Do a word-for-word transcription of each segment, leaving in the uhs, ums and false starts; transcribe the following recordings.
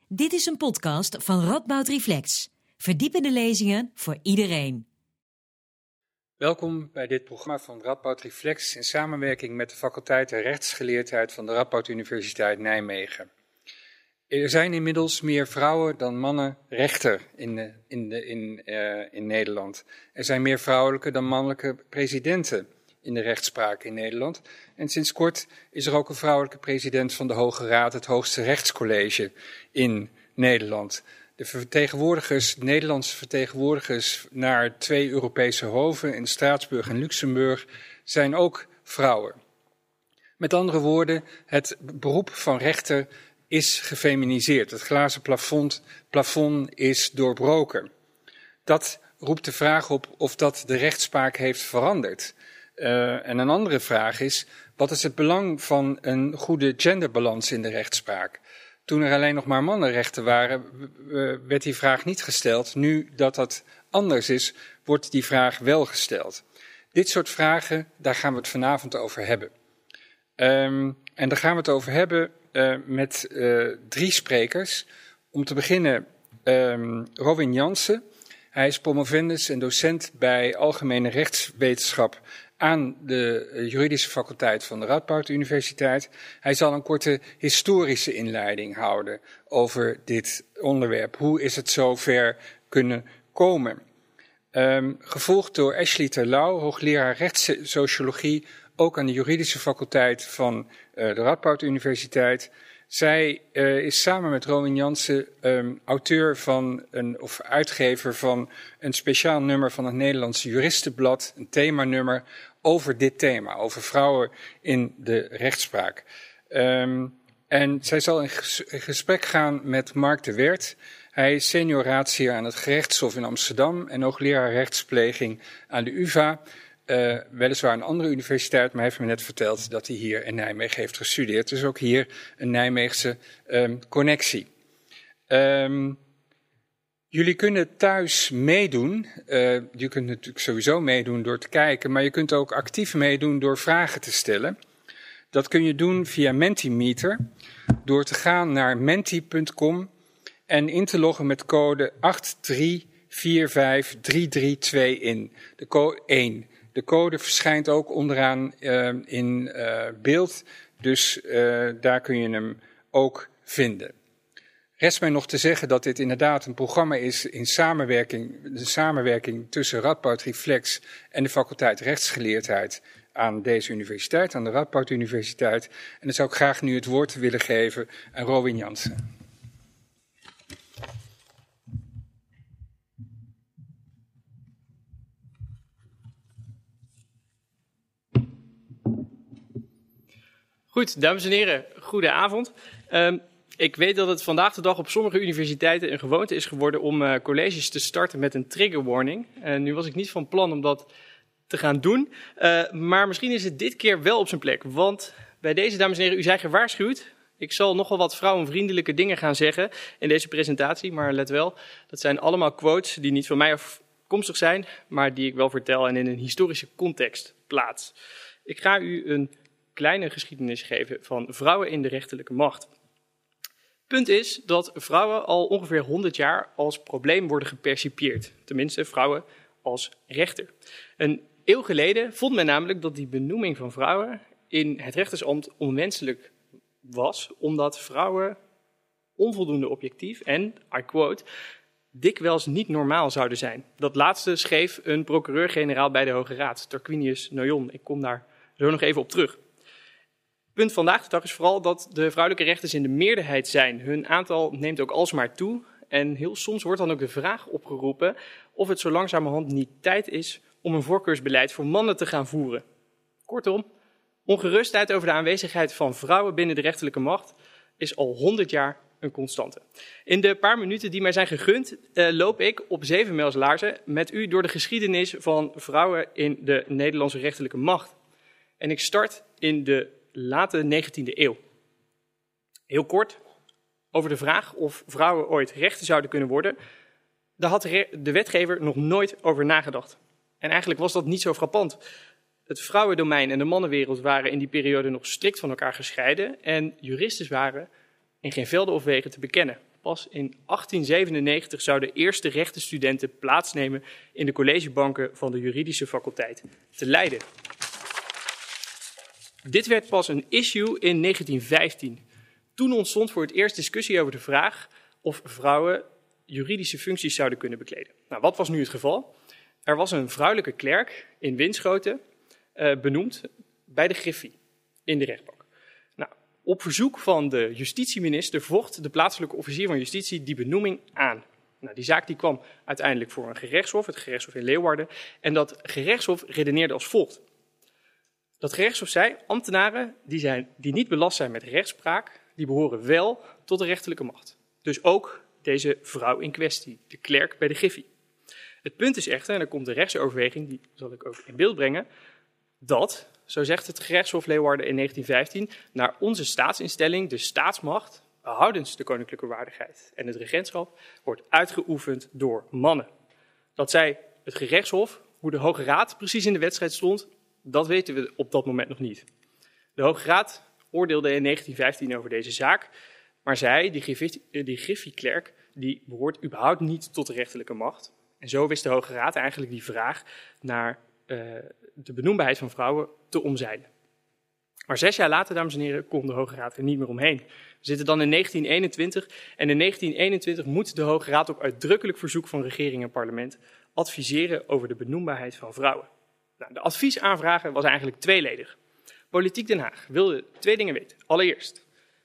Dit is een podcast van Radboud Reflex. Verdiepende lezingen voor iedereen. Welkom bij dit programma van Radboud Reflex in samenwerking met de faculteit Rechtsgeleerdheid van de Radboud Universiteit Nijmegen. Er zijn inmiddels meer vrouwen dan mannen rechter in, de, in, de, in, uh, in Nederland. Er zijn meer vrouwelijke dan mannelijke presidenten in de rechtspraak in Nederland. En sinds kort is er ook een vrouwelijke president van de Hoge Raad, het hoogste rechtscollege in Nederland. De vertegenwoordigers, de Nederlandse vertegenwoordigers naar twee Europese hoven in Straatsburg en Luxemburg zijn ook vrouwen. Met andere woorden, het beroep van rechter is gefeminiseerd. Het glazen plafond, plafond is doorbroken. Dat roept de vraag op of dat de rechtspraak heeft veranderd. Uh, en een andere vraag is, wat is het belang van een goede genderbalans in de rechtspraak? Toen er alleen nog maar mannenrechten waren, werd die vraag niet gesteld. Nu dat dat anders is, wordt die vraag wel gesteld. Dit soort vragen, daar gaan we het vanavond over hebben. Um, en daar gaan we het over hebben uh, met uh, drie sprekers. Om te beginnen um, Robin Jansen. Hij is promovendus en docent bij Algemene Rechtswetenschap aan de juridische faculteit van de Radboud Universiteit. Hij zal een korte historische inleiding houden over dit onderwerp. Hoe is het zo ver kunnen komen? Um, gevolgd door Ashley Terlouw, hoogleraar rechtssociologie, ook aan de juridische faculteit van uh, de Radboud Universiteit. Zij uh, is samen met Robin Jansen um, auteur van een, of uitgever van een speciaal nummer van het Nederlandse Juristenblad, een themanummer over dit thema, over vrouwen in de rechtspraak. Um, en zij zal in, ges, in gesprek gaan met Mark de Wert. Hij is senior raadsheer aan het gerechtshof in Amsterdam en hoogleraar rechtspleging aan de U vA. Uh, weliswaar een andere universiteit, maar hij heeft me net verteld dat hij hier in Nijmegen heeft gestudeerd. Dus ook hier een Nijmeegse um, connectie. Um, jullie kunnen thuis meedoen. Uh, je kunt natuurlijk sowieso meedoen door te kijken, maar je kunt ook actief meedoen door vragen te stellen. Dat kun je doen via Mentimeter, door te gaan naar menti punt com en in te loggen met code acht drie vier vijf drie drie twee in. De code één. De code verschijnt ook onderaan uh, in uh, beeld, dus uh, daar kun je hem ook vinden. Rest mij nog te zeggen dat dit inderdaad een programma is in samenwerking, de samenwerking tussen Radboud Reflex en de faculteit Rechtsgeleerdheid aan deze universiteit, aan de Radboud Universiteit. En dan zou ik graag nu het woord willen geven aan Robin Jansen. Goed, dames en heren, goedenavond. Um, ik weet dat het vandaag de dag op sommige universiteiten een gewoonte is geworden om uh, colleges te starten met een trigger warning. En nu was ik niet van plan om dat te gaan doen, uh, maar misschien is het dit keer wel op zijn plek. Want bij deze, dames en heren, u zijn gewaarschuwd. Ik zal nogal wat vrouwenvriendelijke dingen gaan zeggen in deze presentatie, maar let wel, dat zijn allemaal quotes die niet van mij afkomstig zijn, maar die ik wel vertel en in een historische context plaats. Ik ga u een kleine geschiedenis geven van vrouwen in de rechterlijke macht. Punt is dat vrouwen al ongeveer honderd jaar als probleem worden gepercipieerd. Tenminste, vrouwen als rechter. Een eeuw geleden vond men namelijk dat die benoeming van vrouwen in het rechtersambt onwenselijk was, omdat vrouwen onvoldoende objectief en, I quote, dikwijls niet normaal zouden zijn. Dat laatste schreef een procureur-generaal bij de Hoge Raad, Tarquinius Noyon. Ik kom daar zo nog even op terug. Punt vandaag de dag is vooral dat de vrouwelijke rechters in de meerderheid zijn. Hun aantal neemt ook alsmaar toe. En heel soms wordt dan ook de vraag opgeroepen of het zo langzamerhand niet tijd is om een voorkeursbeleid voor mannen te gaan voeren. Kortom, ongerustheid over de aanwezigheid van vrouwen binnen de rechterlijke macht is al honderd jaar een constante. In de paar minuten die mij zijn gegund, uh, loop ik op zeven mijls laarzen met u door de geschiedenis van vrouwen in de Nederlandse rechterlijke macht. En ik start in de late negentiende eeuw. Heel kort over de vraag of vrouwen ooit rechter zouden kunnen worden. Daar had de wetgever nog nooit over nagedacht. En eigenlijk was dat niet zo frappant. Het vrouwendomein en de mannenwereld waren in die periode nog strikt van elkaar gescheiden en juristes waren in geen velden of wegen te bekennen. Pas in achttien zevenennegentig zouden de eerste rechtenstudenten plaatsnemen in de collegebanken van de juridische faculteit te Leiden. Dit werd pas een issue in negentien vijftien. Toen ontstond voor het eerst discussie over de vraag of vrouwen juridische functies zouden kunnen bekleden. Nou, wat was nu het geval? Er was een vrouwelijke klerk in Winschoten uh, benoemd bij de Griffie in de rechtbank. Nou, op verzoek van de justitieminister vocht de plaatselijke officier van justitie die benoeming aan. Nou, die zaak die kwam uiteindelijk voor een gerechtshof, het gerechtshof in Leeuwarden. En dat gerechtshof redeneerde als volgt. Dat gerechtshof zei, ambtenaren die, zijn, die niet belast zijn met rechtspraak, die behoren wel tot de rechterlijke macht. Dus ook deze vrouw in kwestie, de klerk bij de Griffie. Het punt is echter, en dan komt de rechtsoverweging, die zal ik ook in beeld brengen, dat, zo zegt het gerechtshof Leeuwarden in negentien vijftien, naar onze staatsinstelling de staatsmacht, behoudens de koninklijke waardigheid en het regentschap, wordt uitgeoefend door mannen. Dat zei het gerechtshof, hoe de Hoge Raad precies in de wedstrijd stond, dat weten we op dat moment nog niet. De Hoge Raad oordeelde in negentien vijftien over deze zaak, maar zij, die, Griffie, die Griffie-klerk, die behoort überhaupt niet tot de rechterlijke macht. En zo wist de Hoge Raad eigenlijk die vraag naar uh, de benoembaarheid van vrouwen te omzeilen. Maar zes jaar later, dames en heren, kon de Hoge Raad er niet meer omheen. We zitten dan in negentien eenentwintig en in negentien eenentwintig moet de Hoge Raad op uitdrukkelijk verzoek van regering en parlement adviseren over de benoembaarheid van vrouwen. Nou, de adviesaanvraag was eigenlijk tweeledig. Politiek Den Haag wilde twee dingen weten. Allereerst,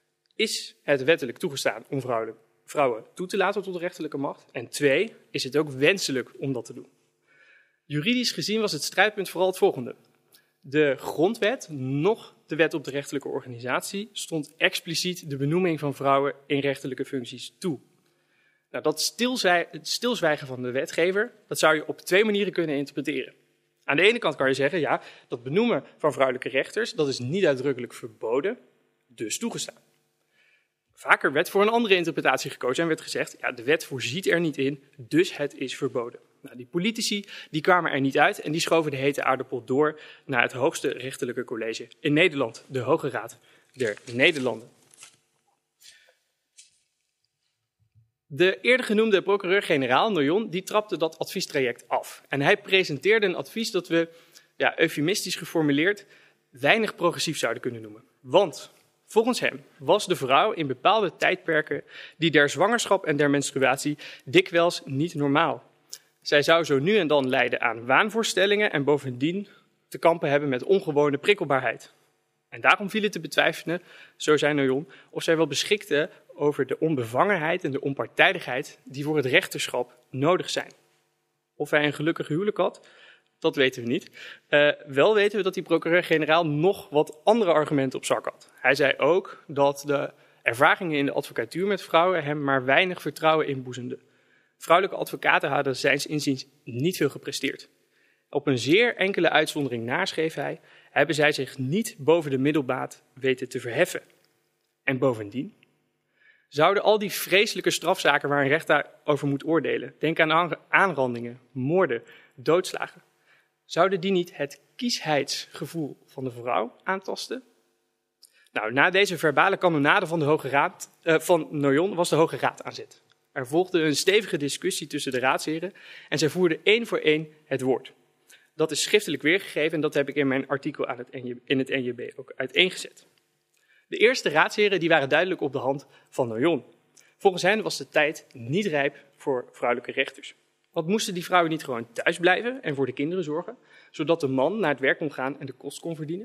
is het wettelijk toegestaan om vrouwen, vrouwen toe te laten tot de rechterlijke macht? En twee, is het ook wenselijk om dat te doen? Juridisch gezien was het strijdpunt vooral het volgende. De grondwet, nog de wet op de rechterlijke organisatie, stond expliciet de benoeming van vrouwen in rechterlijke functies toe. Nou, dat stilzij, het stilzwijgen van de wetgever, dat zou je op twee manieren kunnen interpreteren. Aan de ene kant kan je zeggen, ja, dat benoemen van vrouwelijke rechters, dat is niet uitdrukkelijk verboden, dus toegestaan. Vaker werd voor een andere interpretatie gekozen en werd gezegd, ja, de wet voorziet er niet in, dus het is verboden. Nou, die politici die kwamen er niet uit en die schoven de hete aardappel door naar het hoogste rechterlijke college in Nederland, de Hoge Raad der Nederlanden. De eerder genoemde procureur-generaal, Noyon, die trapte dat adviestraject af. En hij presenteerde een advies dat we, ja, eufemistisch geformuleerd, weinig progressief zouden kunnen noemen. Want volgens hem was de vrouw in bepaalde tijdperken die der zwangerschap en der menstruatie dikwijls niet normaal. Zij zou zo nu en dan lijden aan waanvoorstellingen en bovendien te kampen hebben met ongewone prikkelbaarheid. En daarom viel het te betwijfelen, zo zei Noyon, of zij wel beschikte over de onbevangenheid en de onpartijdigheid die voor het rechterschap nodig zijn. Of hij een gelukkig huwelijk had, dat weten we niet. Uh, wel weten we dat die procureur-generaal nog wat andere argumenten op zak had. Hij zei ook dat de ervaringen in de advocatuur met vrouwen hem maar weinig vertrouwen inboezemden. Vrouwelijke advocaten hadden zijns inziens niet veel gepresteerd. Op een zeer enkele uitzondering na, schreef hij, hebben zij zich niet boven de middelmaat weten te verheffen. En bovendien zouden al die vreselijke strafzaken waar een rechter over moet oordelen, denk aan aanrandingen, moorden, doodslagen, zouden die niet het kiesheidsgevoel van de vrouw aantasten? Nou, na deze verbale kanonade van de Hoge Raad, uh, van Noyon was de Hoge Raad aan zet. Er volgde een stevige discussie tussen de raadsheren en zij voerden één voor één het woord. Dat is schriftelijk weergegeven en dat heb ik in mijn artikel aan het N J, in het N J B ook uiteengezet. De eerste raadsheren die waren duidelijk op de hand van Noyon. Volgens hen was de tijd niet rijp voor vrouwelijke rechters. Want moesten die vrouwen niet gewoon thuis blijven en voor de kinderen zorgen, zodat de man naar het werk kon gaan en de kost kon verdienen?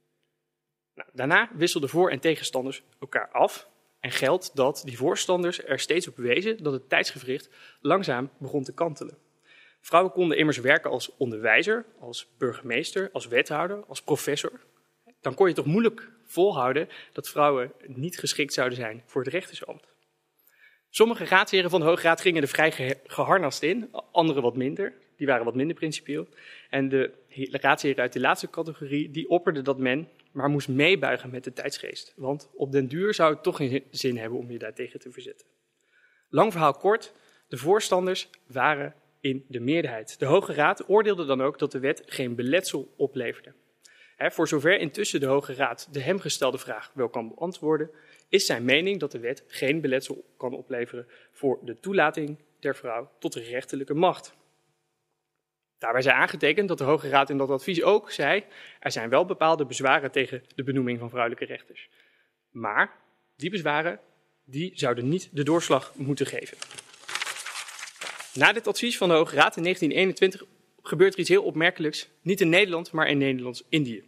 Nou, daarna wisselden voor- en tegenstanders elkaar af en geldt dat die voorstanders er steeds op wezen dat het tijdsgewricht langzaam begon te kantelen. Vrouwen konden immers werken als onderwijzer, als burgemeester, als wethouder, als professor. Dan kon je toch moeilijk volhouden dat vrouwen niet geschikt zouden zijn voor het rechtersambt. Sommige raadsheren van de Hoge Raad gingen er vrij ge- geharnast in, anderen wat minder. Die waren wat minder principieel. En de raadsheren uit de laatste categorie, die opperden dat men maar moest meebuigen met de tijdsgeest. Want op den duur zou het toch geen zin hebben om je daartegen te verzetten. Lang verhaal kort, de voorstanders waren in de meerderheid. De Hoge Raad oordeelde dan ook dat de wet geen beletsel opleverde. He, voor zover intussen de Hoge Raad de hem gestelde vraag wel kan beantwoorden, is zijn mening dat de wet geen beletsel kan opleveren voor de toelating der vrouw tot de rechterlijke macht. Daarbij zei aangetekend dat de Hoge Raad in dat advies ook zei, er zijn wel bepaalde bezwaren tegen de benoeming van vrouwelijke rechters. Maar die bezwaren die zouden niet de doorslag moeten geven. Na dit advies van de Hoge Raad in negentien eenentwintig gebeurt er iets heel opmerkelijks, niet in Nederland, maar in Nederlands-Indië.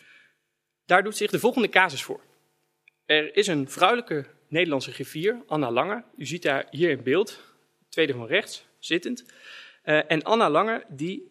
Daar doet zich de volgende casus voor. Er is een vrouwelijke Nederlandse griffier, Anna Lange. U ziet haar hier in beeld, tweede van rechts, zittend. Uh, en Anna Lange die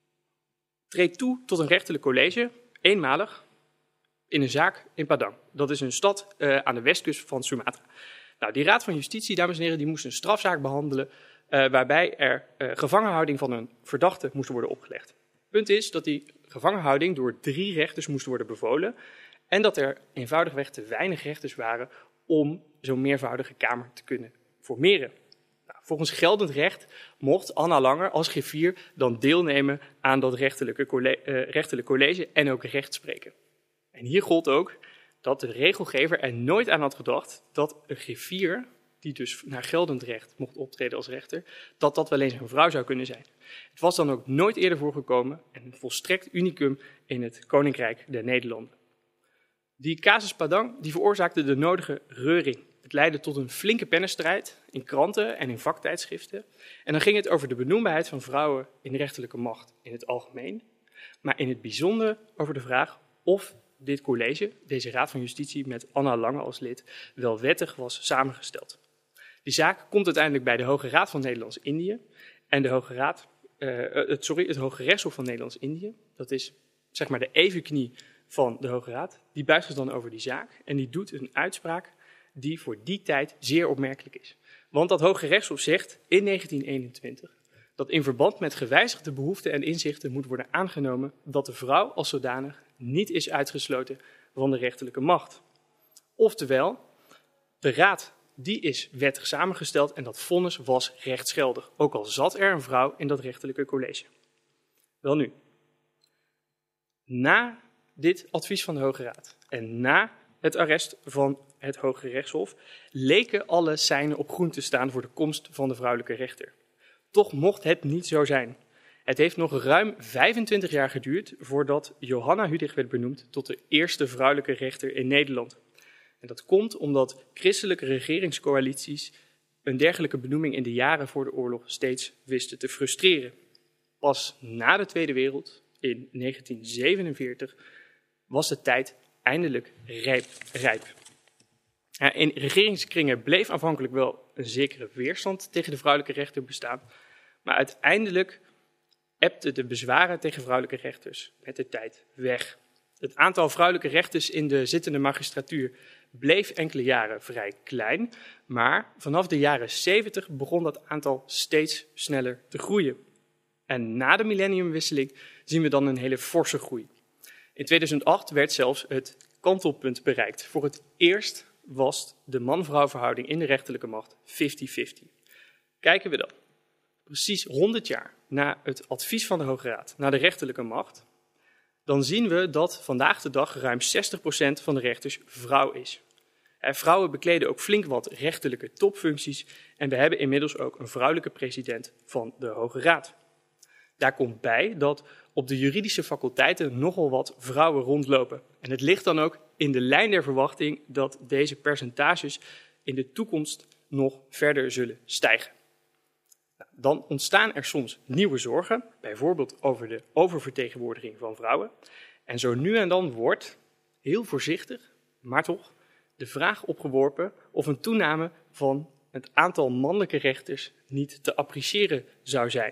treedt toe tot een rechterlijk college, eenmalig, in een zaak in Padang. Dat is een stad uh, aan de westkust van Sumatra. Nou, die Raad van Justitie, dames en heren, die moest een strafzaak behandelen uh, waarbij er uh, gevangenhouding van een verdachte moest worden opgelegd. Het punt is dat die gevangenhouding door drie rechters moest worden bevolen en dat er eenvoudigweg te weinig rechters waren om zo'n meervoudige kamer te kunnen formeren. Nou, volgens geldend recht mocht Anna Lange als griffier dan deelnemen aan dat rechterlijke college, uh, rechterlijk college en ook recht spreken. En hier gold ook dat de regelgever er nooit aan had gedacht dat een griffier, die dus naar geldend recht mocht optreden als rechter, dat dat wel eens een vrouw zou kunnen zijn. Het was dan ook nooit eerder voorgekomen en een volstrekt unicum in het Koninkrijk der Nederlanden. Die casus Padang die veroorzaakte de nodige reuring. Het leidde tot een flinke pennenstrijd in kranten en in vaktijdschriften. En dan ging het over de benoembaarheid van vrouwen in de rechterlijke macht in het algemeen, maar in het bijzonder over de vraag of dit college, deze Raad van Justitie met Anna Lange als lid, wel wettig was samengesteld. Die zaak komt uiteindelijk bij de Hoge Raad van Nederlands-Indië en de Hoge Raad, uh, het, sorry, het Hoge Rechtshof van Nederlands-Indië, dat is zeg maar de evenknie van de Hoge Raad, die buigt zich dan over die zaak en die doet een uitspraak die voor die tijd zeer opmerkelijk is. Want dat Hoge Rechtshof zegt in negentien eenentwintig dat in verband met gewijzigde behoeften en inzichten moet worden aangenomen dat de vrouw als zodanig niet is uitgesloten van de rechterlijke macht. Oftewel, de raad die is wettig samengesteld en dat vonnis was rechtsgeldig, ook al zat er een vrouw in dat rechterlijke college. Welnu, na dit advies van de Hoge Raad en na het arrest van het Hoge Rechtshof leken alle seinen op groen te staan voor de komst van de vrouwelijke rechter. Toch mocht het niet zo zijn. Het heeft nog ruim vijfentwintig jaar geduurd voordat Johanna Hudig werd benoemd tot de eerste vrouwelijke rechter in Nederland. En dat komt omdat christelijke regeringscoalities een dergelijke benoeming in de jaren voor de oorlog steeds wisten te frustreren. Pas na de Tweede Wereld, in negentien zevenenveertig, was de tijd eindelijk rijp. rijp. Ja, in regeringskringen bleef aanvankelijk wel een zekere weerstand tegen de vrouwelijke rechter bestaan, maar uiteindelijk ebden de bezwaren tegen vrouwelijke rechters met de tijd weg. Het aantal vrouwelijke rechters in de zittende magistratuur bleef enkele jaren vrij klein, maar vanaf de jaren zeventig begon dat aantal steeds sneller te groeien. En na de millenniumwisseling zien we dan een hele forse groei. In tweeduizend acht werd zelfs het kantelpunt bereikt. Voor het eerst was de man-vrouw verhouding in de rechterlijke macht vijftig vijftig. Kijken we dan, precies honderd jaar na het advies van de Hoge Raad naar de rechterlijke macht, dan zien we dat vandaag de dag ruim zestig procent van de rechters vrouw is. En vrouwen bekleden ook flink wat rechterlijke topfuncties en we hebben inmiddels ook een vrouwelijke president van de Hoge Raad. Daar komt bij dat op de juridische faculteiten nogal wat vrouwen rondlopen. En het ligt dan ook in de lijn der verwachting dat deze percentages in de toekomst nog verder zullen stijgen. Nou, dan ontstaan er soms nieuwe zorgen, bijvoorbeeld over de oververtegenwoordiging van vrouwen. En zo nu en dan wordt, heel voorzichtig, maar toch, de vraag opgeworpen of een toename van het aantal mannelijke rechters niet te appreciëren zou zijn.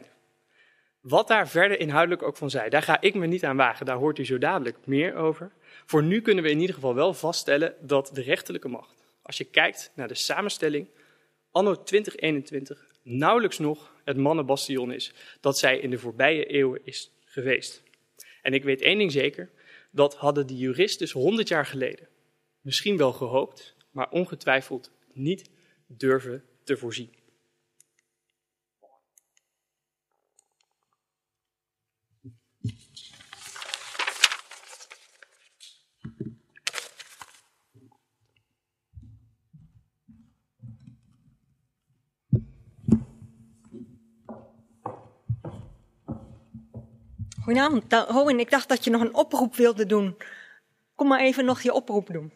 Wat daar verder inhoudelijk ook van zij, daar ga ik me niet aan wagen, daar hoort u zo dadelijk meer over. Voor nu kunnen we in ieder geval wel vaststellen dat de rechterlijke macht, als je kijkt naar de samenstelling, anno twintig eenentwintig nauwelijks nog het mannenbastion is dat zij in de voorbije eeuwen is geweest. En ik weet één ding zeker, dat hadden de juristen honderd jaar geleden misschien wel gehoopt, maar ongetwijfeld niet durven te voorzien. Goedenavond, Rowan. Ik dacht dat je nog een oproep wilde doen. Kom maar even nog je oproep doen.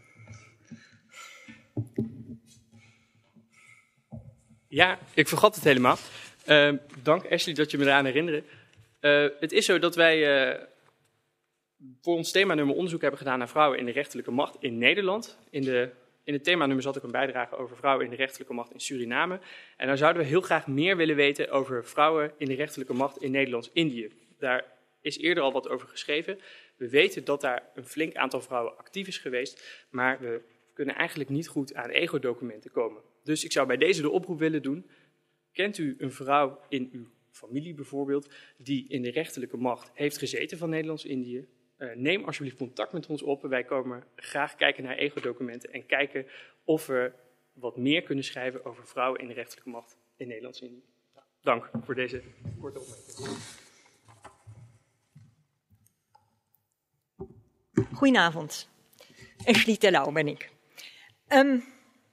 Ja, ik vergat het helemaal. Uh, dank Ashley dat je me eraan herinnerde. Uh, het is zo dat wij uh, voor ons themanummer onderzoek hebben gedaan naar vrouwen in de rechterlijke macht in Nederland. In, de, in het themanummer zat ook een bijdrage over vrouwen in de rechterlijke macht in Suriname. En dan zouden we heel graag meer willen weten over vrouwen in de rechterlijke macht in Nederlands-Indië. Daar is eerder al wat over geschreven. We weten dat daar een flink aantal vrouwen actief is geweest, maar we kunnen eigenlijk niet goed aan ego-documenten komen. Dus ik zou bij deze de oproep willen doen. Kent u een vrouw in uw familie bijvoorbeeld, die in de rechterlijke macht heeft gezeten van Nederlands-Indië? Uh, neem alsjeblieft contact met ons op. Wij komen graag kijken naar ego-documenten en kijken of we wat meer kunnen schrijven over vrouwen in de rechterlijke macht in Nederlands-Indië. Dank voor deze korte opmerking. Goedenavond. Ashley Terlouw ben ik. Um,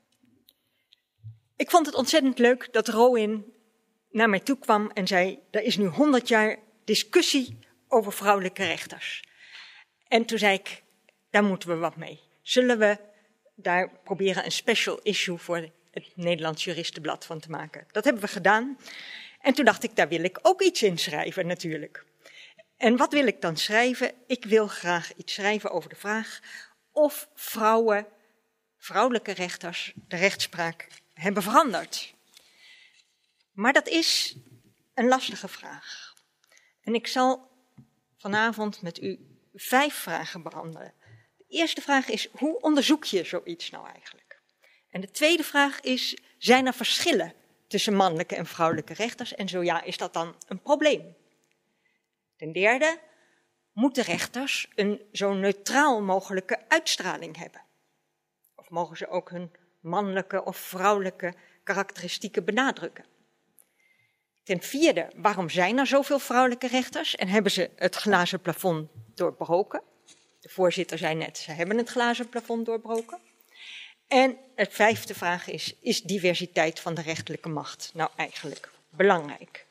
ik vond het ontzettend leuk dat Rowan naar mij toe kwam en zei, er is nu honderd jaar discussie over vrouwelijke rechters. En toen zei ik, daar moeten we wat mee. Zullen we daar proberen een special issue voor het Nederlands Juristenblad van te maken? Dat hebben we gedaan. En toen dacht ik, daar wil ik ook iets in schrijven natuurlijk. En wat wil ik dan schrijven? Ik wil graag iets schrijven over de vraag of vrouwen, vrouwelijke rechters, de rechtspraak hebben veranderd. Maar dat is een lastige vraag. En ik zal vanavond met u vijf vragen behandelen. De eerste vraag is, hoe onderzoek je zoiets nou eigenlijk? En de tweede vraag is, zijn er verschillen tussen mannelijke en vrouwelijke rechters? En zo ja, is dat dan een probleem? Ten derde, moeten rechters een zo neutraal mogelijke uitstraling hebben? Of mogen ze ook hun mannelijke of vrouwelijke karakteristieken benadrukken? Ten vierde, waarom zijn er zoveel vrouwelijke rechters en hebben ze het glazen plafond doorbroken? De voorzitter zei net, ze hebben het glazen plafond doorbroken. En het vijfde vraag is, is diversiteit van de rechterlijke macht nou eigenlijk belangrijk?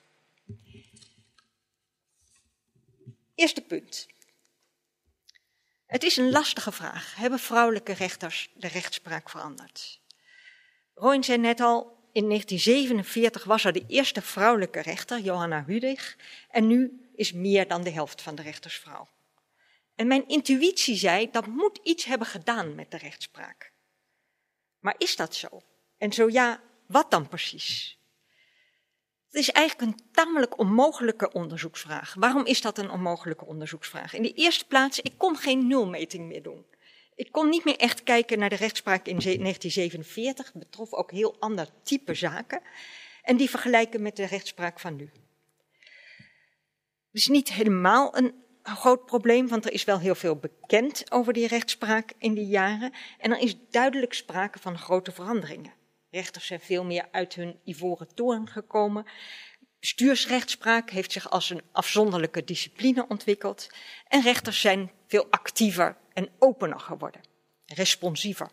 Eerste punt. Het is een lastige vraag. Hebben vrouwelijke rechters de rechtspraak veranderd? Rowan zei net al, in negentien zevenenveertig was er de eerste vrouwelijke rechter, Johanna Hudig, en nu is meer dan de helft van de rechters vrouw. En mijn intuïtie zei, dat moet iets hebben gedaan met de rechtspraak. Maar is dat zo? En zo ja, wat dan precies? Het is eigenlijk een tamelijk onmogelijke onderzoeksvraag. Waarom is dat een onmogelijke onderzoeksvraag? In de eerste plaats, ik kon geen nulmeting meer doen. Ik kon niet meer echt kijken naar de rechtspraak in negentien zevenenveertig. Het betrof ook heel ander type zaken. En die vergelijken met de rechtspraak van nu. Het is niet helemaal een groot probleem, want er is wel heel veel bekend over die rechtspraak in die jaren. En er is duidelijk sprake van grote veranderingen. Rechters zijn veel meer uit hun ivoren toren gekomen. Bestuursrechtspraak heeft zich als een afzonderlijke discipline ontwikkeld. En rechters zijn veel actiever en opener geworden, responsiever.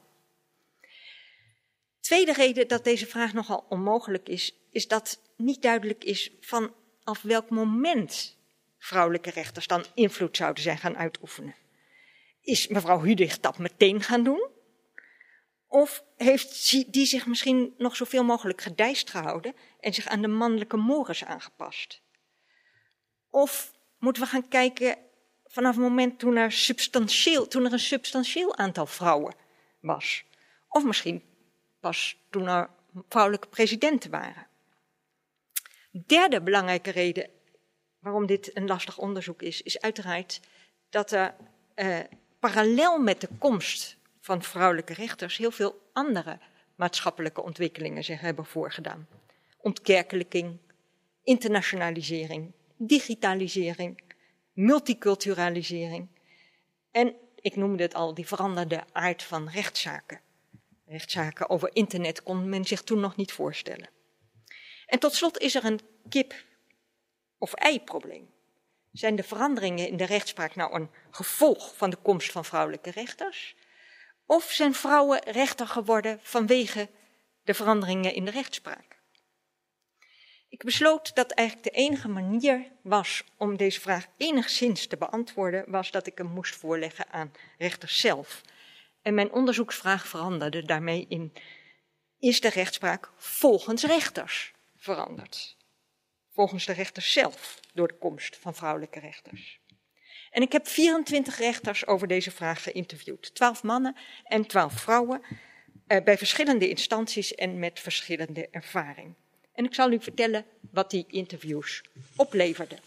Tweede reden dat deze vraag nogal onmogelijk is, is dat niet duidelijk is vanaf welk moment vrouwelijke rechters dan invloed zouden zijn gaan uitoefenen. Is mevrouw Hudig dat meteen gaan doen? Of heeft die zich misschien nog zoveel mogelijk gedijst gehouden en zich aan de mannelijke mores aangepast? Of moeten we gaan kijken vanaf het moment toen er, substantieel, toen er een substantieel aantal vrouwen was? Of misschien pas toen er vrouwelijke presidenten waren? Derde belangrijke reden waarom dit een lastig onderzoek is, is uiteraard dat er eh, parallel met de komst van vrouwelijke rechters heel veel andere maatschappelijke ontwikkelingen zich hebben voorgedaan. Ontkerkelijking, internationalisering, digitalisering, multiculturalisering en, ik noemde het al, die veranderde aard van rechtszaken. Rechtszaken over internet kon men zich toen nog niet voorstellen. En tot slot is er een kip- of ei-probleem. Zijn de veranderingen in de rechtspraak nou een gevolg van de komst van vrouwelijke rechters? Of zijn vrouwen rechter geworden vanwege de veranderingen in de rechtspraak? Ik besloot dat eigenlijk de enige manier was om deze vraag enigszins te beantwoorden, was dat ik hem moest voorleggen aan rechters zelf. En mijn onderzoeksvraag veranderde daarmee in: is de rechtspraak volgens rechters veranderd? Volgens de rechters zelf, door de komst van vrouwelijke rechters. En ik heb vierentwintig rechters over deze vraag geïnterviewd. twaalf mannen en twaalf vrouwen, eh, bij verschillende instanties en met verschillende ervaring. En ik zal u vertellen wat die interviews opleverden.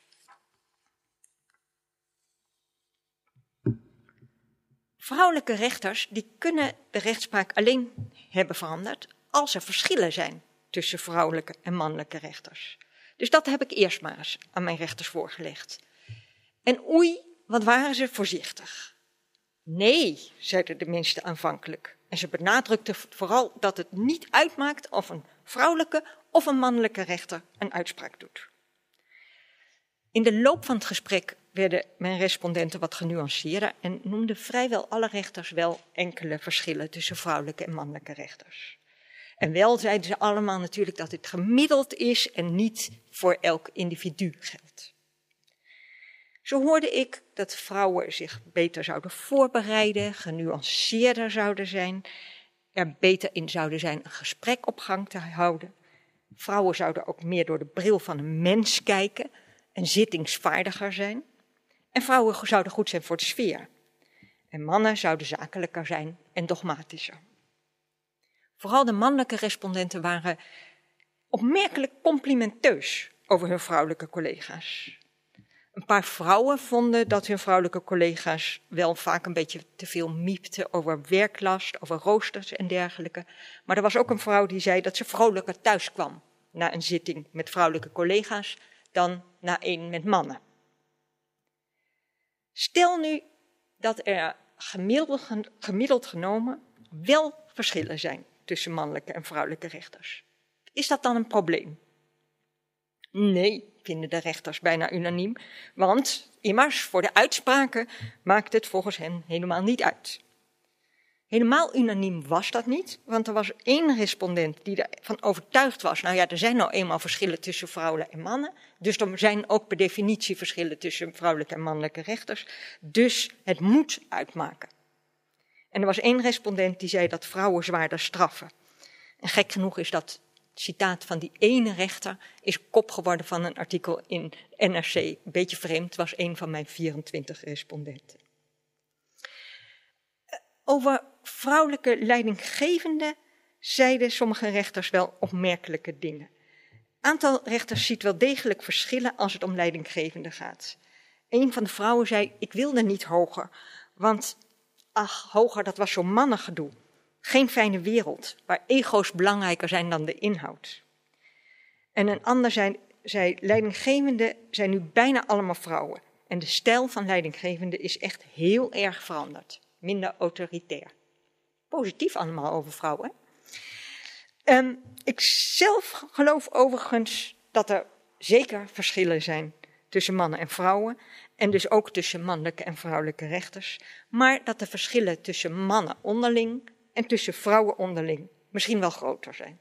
Vrouwelijke rechters die kunnen de rechtspraak alleen hebben veranderd als er verschillen zijn tussen vrouwelijke en mannelijke rechters. Dus dat heb ik eerst maar eens aan mijn rechters voorgelegd. En oei, wat waren ze voorzichtig. Nee, zeiden de meesten aanvankelijk. En ze benadrukten vooral dat het niet uitmaakt of een vrouwelijke of een mannelijke rechter een uitspraak doet. In de loop van het gesprek werden mijn respondenten wat genuanceerder en noemden vrijwel alle rechters wel enkele verschillen tussen vrouwelijke en mannelijke rechters. En wel zeiden ze allemaal natuurlijk dat dit gemiddeld is en niet voor elk individu geldt. Zo hoorde ik dat vrouwen zich beter zouden voorbereiden, genuanceerder zouden zijn, er beter in zouden zijn een gesprek op gang te houden. Vrouwen zouden ook meer door de bril van een mens kijken en zittingsvaardiger zijn. En vrouwen zouden goed zijn voor de sfeer. En mannen zouden zakelijker zijn en dogmatischer. Vooral de mannelijke respondenten waren opmerkelijk complimenteus over hun vrouwelijke collega's. Een paar vrouwen vonden dat hun vrouwelijke collega's wel vaak een beetje te veel miepten over werklast, over roosters en dergelijke. Maar er was ook een vrouw die zei dat ze vrolijker thuis kwam na een zitting met vrouwelijke collega's dan na een met mannen. Stel nu dat er gemiddeld, gemiddeld genomen wel verschillen zijn tussen mannelijke en vrouwelijke rechters. Is dat dan een probleem? Nee, vinden de rechters bijna unaniem, want immers voor de uitspraken maakt het volgens hen helemaal niet uit. Helemaal unaniem was dat niet, want er was één respondent die ervan overtuigd was, nou ja, er zijn nou eenmaal verschillen tussen vrouwen en mannen, dus er zijn ook per definitie verschillen tussen vrouwelijke en mannelijke rechters, dus het moet uitmaken. En er was één respondent die zei dat vrouwen zwaarder straffen. En gek genoeg is dat citaat van die ene rechter is kop geworden van een artikel in N R C. Een beetje vreemd, was een van mijn vierentwintig respondenten. Over vrouwelijke leidinggevenden zeiden sommige rechters wel opmerkelijke dingen. Aantal rechters ziet wel degelijk verschillen als het om leidinggevenden gaat. Een van de vrouwen zei, ik wilde niet hoger, want ach, hoger, dat was zo'n mannengedoe. Geen fijne wereld, waar ego's belangrijker zijn dan de inhoud. En een ander zei, zei leidinggevenden zijn nu bijna allemaal vrouwen. En de stijl van leidinggevenden is echt heel erg veranderd. Minder autoritair. Positief allemaal over vrouwen. Um, ik zelf geloof overigens dat er zeker verschillen zijn tussen mannen en vrouwen. En dus ook tussen mannelijke en vrouwelijke rechters. Maar dat de verschillen tussen mannen onderling en tussen vrouwen onderling misschien wel groter zijn.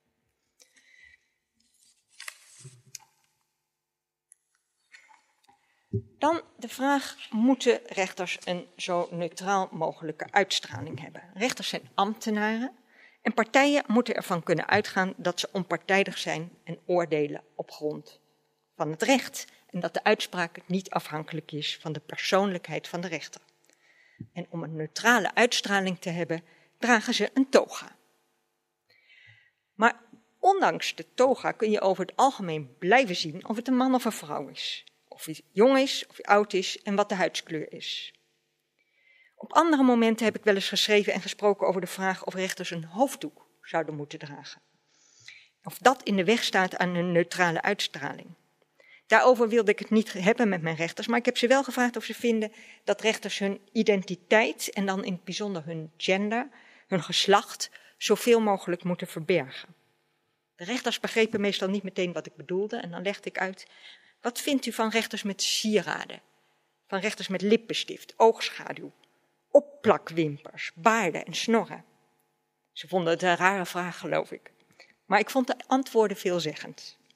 Dan de vraag, moeten rechters een zo neutraal mogelijke uitstraling hebben? Rechters zijn ambtenaren en partijen moeten ervan kunnen uitgaan dat ze onpartijdig zijn en oordelen op grond van het recht. En dat de uitspraak niet afhankelijk is van de persoonlijkheid van de rechter. En om een neutrale uitstraling te hebben, dragen ze een toga. Maar ondanks de toga kun je over het algemeen blijven zien of het een man of een vrouw is. Of hij jong is, of hij oud is en wat de huidskleur is. Op andere momenten heb ik wel eens geschreven en gesproken over de vraag of rechters een hoofddoek zouden moeten dragen. Of dat in de weg staat aan een neutrale uitstraling. Daarover wilde ik het niet hebben met mijn rechters, maar ik heb ze wel gevraagd of ze vinden dat rechters hun identiteit en dan in het bijzonder hun gender, hun geslacht, zoveel mogelijk moeten verbergen. De rechters begrepen meestal niet meteen wat ik bedoelde en dan legde ik uit, wat vindt u van rechters met sieraden? Van rechters met lippenstift, oogschaduw, opplakwimpers, baarden en snorren? Ze vonden het een rare vraag, geloof ik. Maar ik vond de antwoorden veelzeggend.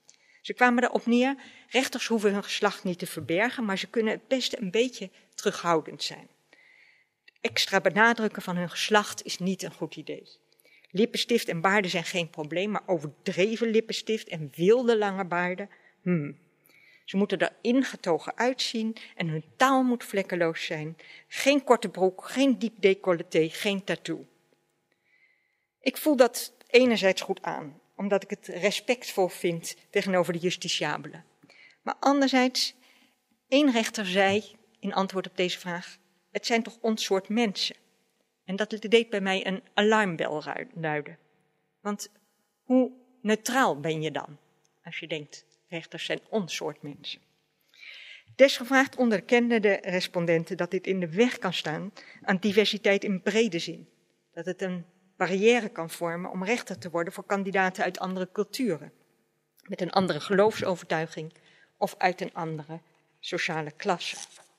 Ze kwamen erop neer, rechters hoeven hun geslacht niet te verbergen, maar ze kunnen het beste een beetje terughoudend zijn. Extra benadrukken van hun geslacht is niet een goed idee. Lippenstift en baarden zijn geen probleem, maar overdreven lippenstift en wilde lange baarden, hmm. Ze moeten er ingetogen uitzien en hun taal moet vlekkeloos zijn. Geen korte broek, geen diep decolleté, geen tattoo. Ik voel dat enerzijds goed aan, omdat ik het respectvol vind tegenover de justitiabelen. Maar anderzijds, één rechter zei in antwoord op deze vraag, het zijn toch ons soort mensen. En dat deed bij mij een alarmbel luiden. Want hoe neutraal ben je dan, als je denkt, rechters zijn ons soort mensen. Desgevraagd onderkenden de respondenten dat dit in de weg kan staan aan diversiteit in brede zin. Dat het een barrière kan vormen om rechter te worden voor kandidaten uit andere culturen. Met een andere geloofsovertuiging of uit een andere sociale klasse.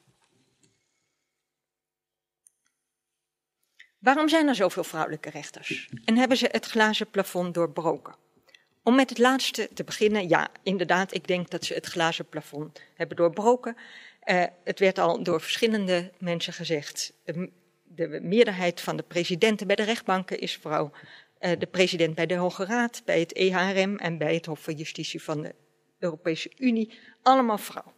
Waarom zijn er zoveel vrouwelijke rechters? En hebben ze het glazen plafond doorbroken? Om met het laatste te beginnen, ja, inderdaad, ik denk dat ze het glazen plafond hebben doorbroken. Uh, het werd al door verschillende mensen gezegd. De, de meerderheid van de presidenten bij de rechtbanken is vrouw. Uh, de president bij de Hoge Raad, bij het E H R M en bij het Hof van Justitie van de Europese Unie, allemaal vrouw.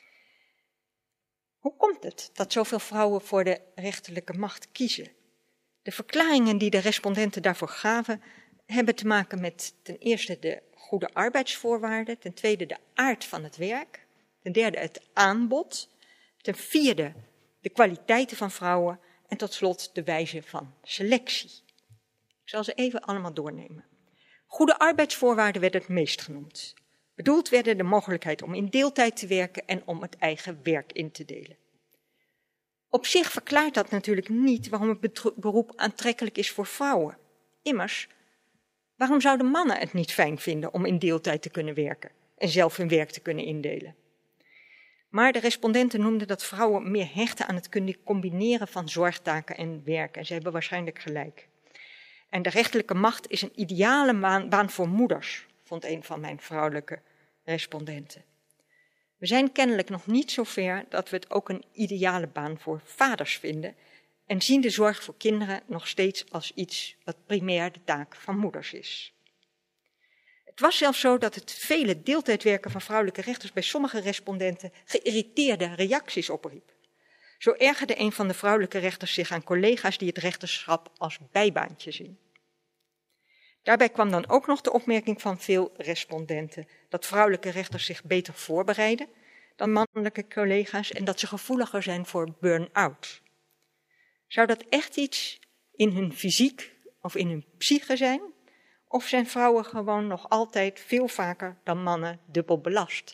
Hoe komt het dat zoveel vrouwen voor de rechterlijke macht kiezen? De verklaringen die de respondenten daarvoor gaven, hebben te maken met ten eerste de goede arbeidsvoorwaarden, ten tweede de aard van het werk, ten derde het aanbod, ten vierde de kwaliteiten van vrouwen en tot slot de wijze van selectie. Ik zal ze even allemaal doornemen. Goede arbeidsvoorwaarden werden het meest genoemd. Bedoeld werden de mogelijkheid om in deeltijd te werken en om het eigen werk in te delen. Op zich verklaart dat natuurlijk niet waarom het beroep aantrekkelijk is voor vrouwen. Immers, waarom zouden mannen het niet fijn vinden om in deeltijd te kunnen werken en zelf hun werk te kunnen indelen? Maar de respondenten noemden dat vrouwen meer hechten aan het kunnen combineren van zorgtaken en werk. En ze hebben waarschijnlijk gelijk. En de rechterlijke macht is een ideale baan, baan voor moeders, vond een van mijn vrouwelijke respondenten. We zijn kennelijk nog niet zo ver dat we het ook een ideale baan voor vaders vinden en zien de zorg voor kinderen nog steeds als iets wat primair de taak van moeders is. Het was zelfs zo dat het vele deeltijdwerken van vrouwelijke rechters bij sommige respondenten geïrriteerde reacties opriep. Zo ergerde een van de vrouwelijke rechters zich aan collega's die het rechterschap als bijbaantje zien. Daarbij kwam dan ook nog de opmerking van veel respondenten dat vrouwelijke rechters zich beter voorbereiden dan mannelijke collega's en dat ze gevoeliger zijn voor burn-out. Zou dat echt iets in hun fysiek of in hun psyche zijn? Of zijn vrouwen gewoon nog altijd veel vaker dan mannen dubbel belast?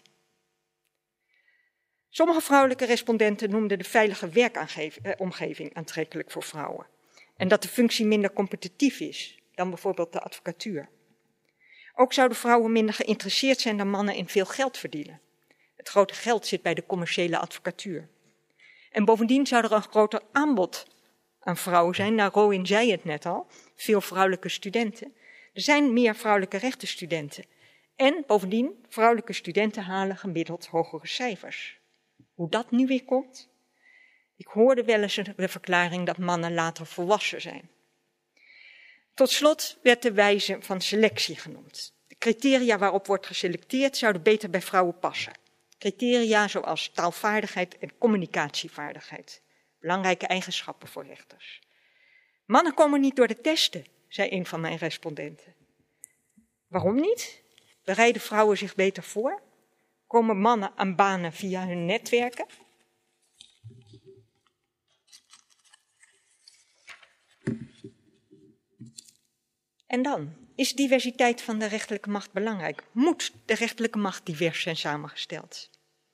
Sommige vrouwelijke respondenten noemden de veilige werkomgeving aantrekkelijk voor vrouwen. En dat de functie minder competitief is dan bijvoorbeeld de advocatuur. Ook zouden vrouwen minder geïnteresseerd zijn dan mannen in veel geld verdienen. Het grote geld zit bij de commerciële advocatuur. En bovendien zou er een groter aanbod aan vrouwen zijn. Nou, Roin zei het net al, veel vrouwelijke studenten. Er zijn meer vrouwelijke rechtenstudenten. En bovendien, vrouwelijke studenten halen gemiddeld hogere cijfers. Hoe dat nu weer komt? Ik hoorde wel eens de verklaring dat mannen later volwassen zijn. Tot slot werd de wijze van selectie genoemd. De criteria waarop wordt geselecteerd zouden beter bij vrouwen passen. Criteria zoals taalvaardigheid en communicatievaardigheid. Belangrijke eigenschappen voor rechters. Mannen komen niet door de testen, zei een van mijn respondenten. Waarom niet? Bereiden vrouwen zich beter voor? Komen mannen aan banen via hun netwerken? En dan, is diversiteit van de rechterlijke macht belangrijk? Moet de rechterlijke macht divers zijn samengesteld?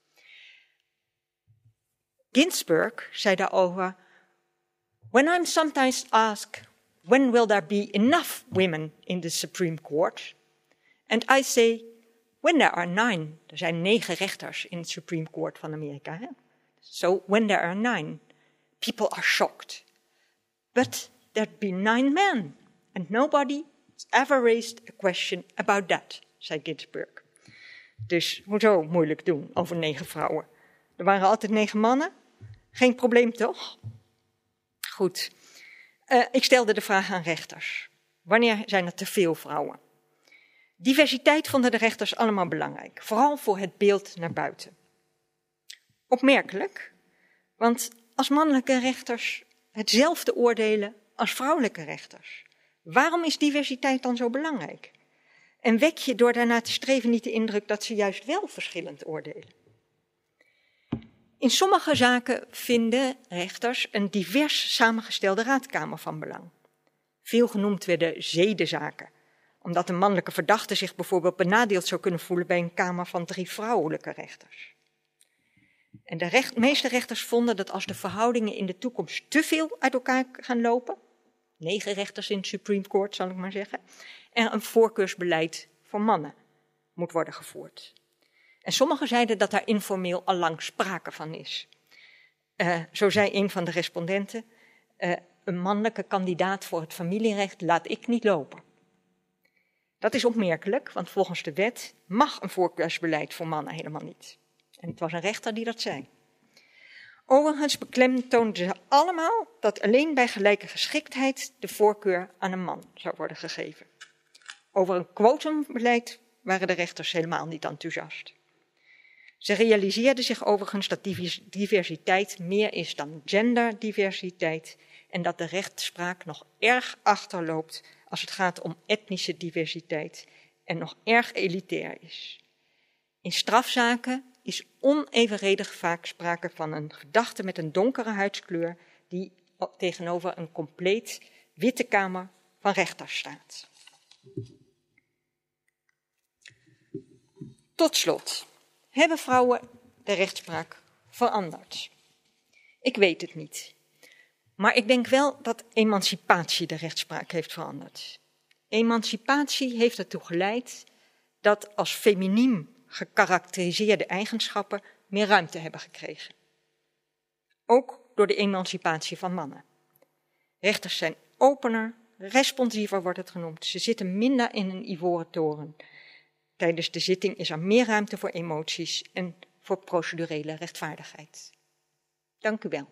Ginsburg zei daarover, when I'm sometimes asked, when will there be enough women in the Supreme Court? And I say, when there are nine. Er zijn negen rechters in het Supreme Court van Amerika. Hè? So, when there are nine, people are shocked. But there'd be nine men. And nobody has ever raised a question about that, zei Ginsburg. Dus hoezo moeilijk doen over negen vrouwen? Er waren altijd negen mannen. Geen probleem, toch? Goed. Uh, ik stelde de vraag aan rechters. Wanneer zijn er te veel vrouwen? Diversiteit vonden de rechters allemaal belangrijk. Vooral voor het beeld naar buiten. Opmerkelijk, want als mannelijke rechters hetzelfde oordelen als vrouwelijke rechters. Waarom is diversiteit dan zo belangrijk? En wek je door daarna te streven niet de indruk dat ze juist wel verschillend oordelen? In sommige zaken vinden rechters een divers samengestelde raadkamer van belang. Veel genoemd werden zedenzaken, omdat een mannelijke verdachte zich bijvoorbeeld benadeeld zou kunnen voelen bij een kamer van drie vrouwelijke rechters. En de recht, meeste rechters vonden dat als de verhoudingen in de toekomst te veel uit elkaar gaan lopen, negen rechters in het Supreme Court zal ik maar zeggen, er een voorkeursbeleid voor mannen moet worden gevoerd. En sommigen zeiden dat daar informeel al lang sprake van is. Uh, zo zei een van de respondenten, uh, een mannelijke kandidaat voor het familierecht laat ik niet lopen. Dat is opmerkelijk, want volgens de wet mag een voorkeursbeleid voor mannen helemaal niet. En het was een rechter die dat zei. Overigens beklemtoonden ze allemaal dat alleen bij gelijke geschiktheid de voorkeur aan een man zou worden gegeven. Over een quotumbeleid waren de rechters helemaal niet enthousiast. Ze realiseerden zich overigens dat diversiteit meer is dan genderdiversiteit en dat de rechtspraak nog erg achterloopt als het gaat om etnische diversiteit en nog erg elitair is. In strafzaken is onevenredig vaak sprake van een verdachte met een donkere huidskleur die tegenover een compleet witte kamer van rechters staat. Tot slot, hebben vrouwen de rechtspraak veranderd? Ik weet het niet. Maar ik denk wel dat emancipatie de rechtspraak heeft veranderd. Emancipatie heeft ertoe geleid dat als feminiem gekarakteriseerde eigenschappen meer ruimte hebben gekregen. Ook door de emancipatie van mannen. Rechters zijn opener, responsiever wordt het genoemd. Ze zitten minder in een ivoren toren. Tijdens de zitting is er meer ruimte voor emoties en voor procedurele rechtvaardigheid. Dank u wel.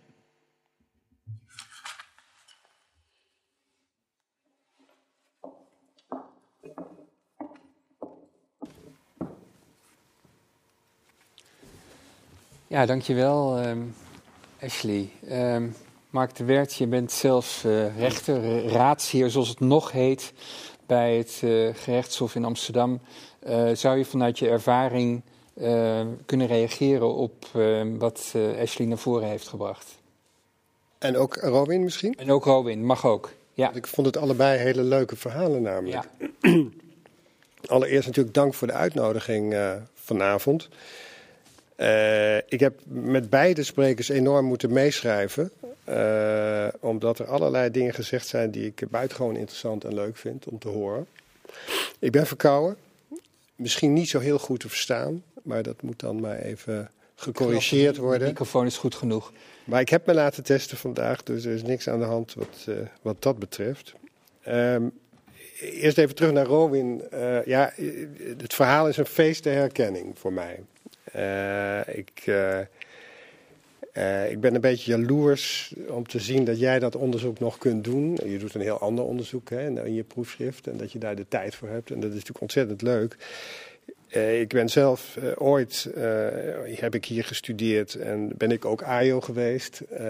Ja, dankjewel um, Ashley. Um, Mark de Wert, je bent zelfs uh, rechter, raadsheer zoals het nog heet bij het uh, gerechtshof in Amsterdam. Uh, zou je vanuit je ervaring uh, kunnen reageren op uh, wat uh, Ashley naar voren heeft gebracht? En ook Robin misschien? En ook Robin, mag ook. Ja. Ik vond het allebei hele leuke verhalen namelijk. Ja. Allereerst natuurlijk dank voor de uitnodiging uh, vanavond. Uh, ik heb met beide sprekers enorm moeten meeschrijven. Uh, omdat er allerlei dingen gezegd zijn die ik buitengewoon interessant en leuk vind om te horen. Ik ben verkouden. Misschien niet zo heel goed te verstaan. Maar dat moet dan maar even gecorrigeerd worden. De microfoon is goed genoeg. Maar ik heb me laten testen vandaag. Dus er is niks aan de hand wat, uh, wat dat betreft. Um, eerst even terug naar Robin. Uh, ja, het verhaal is een feest der herkenning voor mij. Uh, ik, uh, uh, ik ben een beetje jaloers om te zien dat jij dat onderzoek nog kunt doen. Je doet een heel ander onderzoek hè, in je proefschrift en dat je daar de tijd voor hebt. En dat is natuurlijk ontzettend leuk. Uh, ik ben zelf uh, ooit, uh, heb ik hier gestudeerd en ben ik ook A I O geweest. Uh,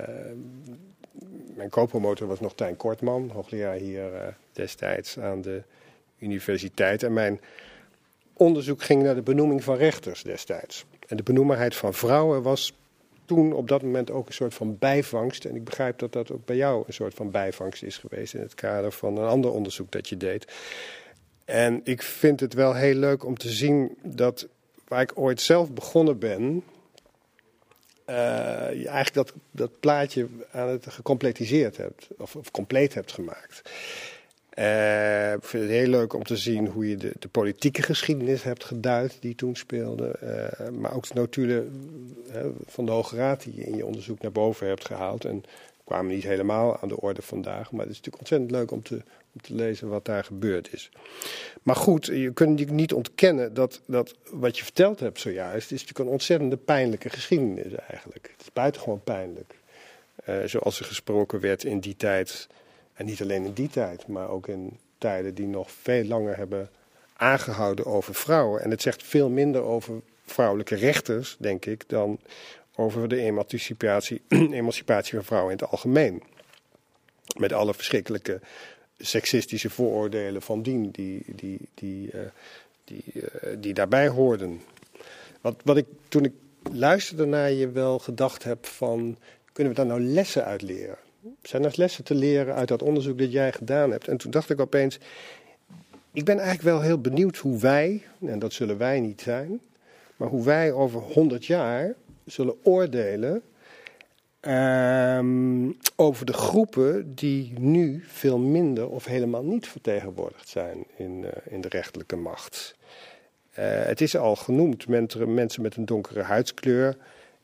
mijn co-promotor was nog Tijn Kortman, hoogleraar hier uh, destijds aan de universiteit. En mijn onderzoek ging naar de benoeming van rechters destijds. En de benoembaarheid van vrouwen was toen op dat moment ook een soort van bijvangst. En ik begrijp dat dat ook bij jou een soort van bijvangst is geweest in het kader van een ander onderzoek dat je deed. En ik vind het wel heel leuk om te zien dat waar ik ooit zelf begonnen ben, uh, je eigenlijk dat, dat plaatje aan het gecompletiseerd hebt, of, of compleet hebt gemaakt. Uh, ik vind het heel leuk om te zien hoe je de, de politieke geschiedenis hebt geduid die toen speelde. Uh, maar ook de notulen uh, van de Hoge Raad die je in je onderzoek naar boven hebt gehaald. En kwamen niet helemaal aan de orde vandaag. Maar het is natuurlijk ontzettend leuk om te, om te lezen wat daar gebeurd is. Maar goed, je kunt natuurlijk niet ontkennen dat, dat wat je verteld hebt zojuist, is natuurlijk een ontzettende pijnlijke geschiedenis eigenlijk. Het is buitengewoon pijnlijk. Uh, zoals er gesproken werd in die tijd, en niet alleen in die tijd, maar ook in tijden die nog veel langer hebben aangehouden over vrouwen. En het zegt veel minder over vrouwelijke rechters, denk ik, dan over de emancipatie, emancipatie van vrouwen in het algemeen. Met alle verschrikkelijke seksistische vooroordelen van dien die, die, die, uh, die, uh, die daarbij hoorden. Wat, wat ik toen ik luisterde naar je wel gedacht heb van, kunnen we daar nou lessen uit leren? Zijn er lessen te leren uit dat onderzoek dat jij gedaan hebt? En toen dacht ik opeens, ik ben eigenlijk wel heel benieuwd hoe wij, en dat zullen wij niet zijn, maar hoe wij over honderd jaar zullen oordelen um, over de groepen die nu veel minder of helemaal niet vertegenwoordigd zijn in, uh, in de rechterlijke macht. Uh, het is al genoemd, mensen met een donkere huidskleur,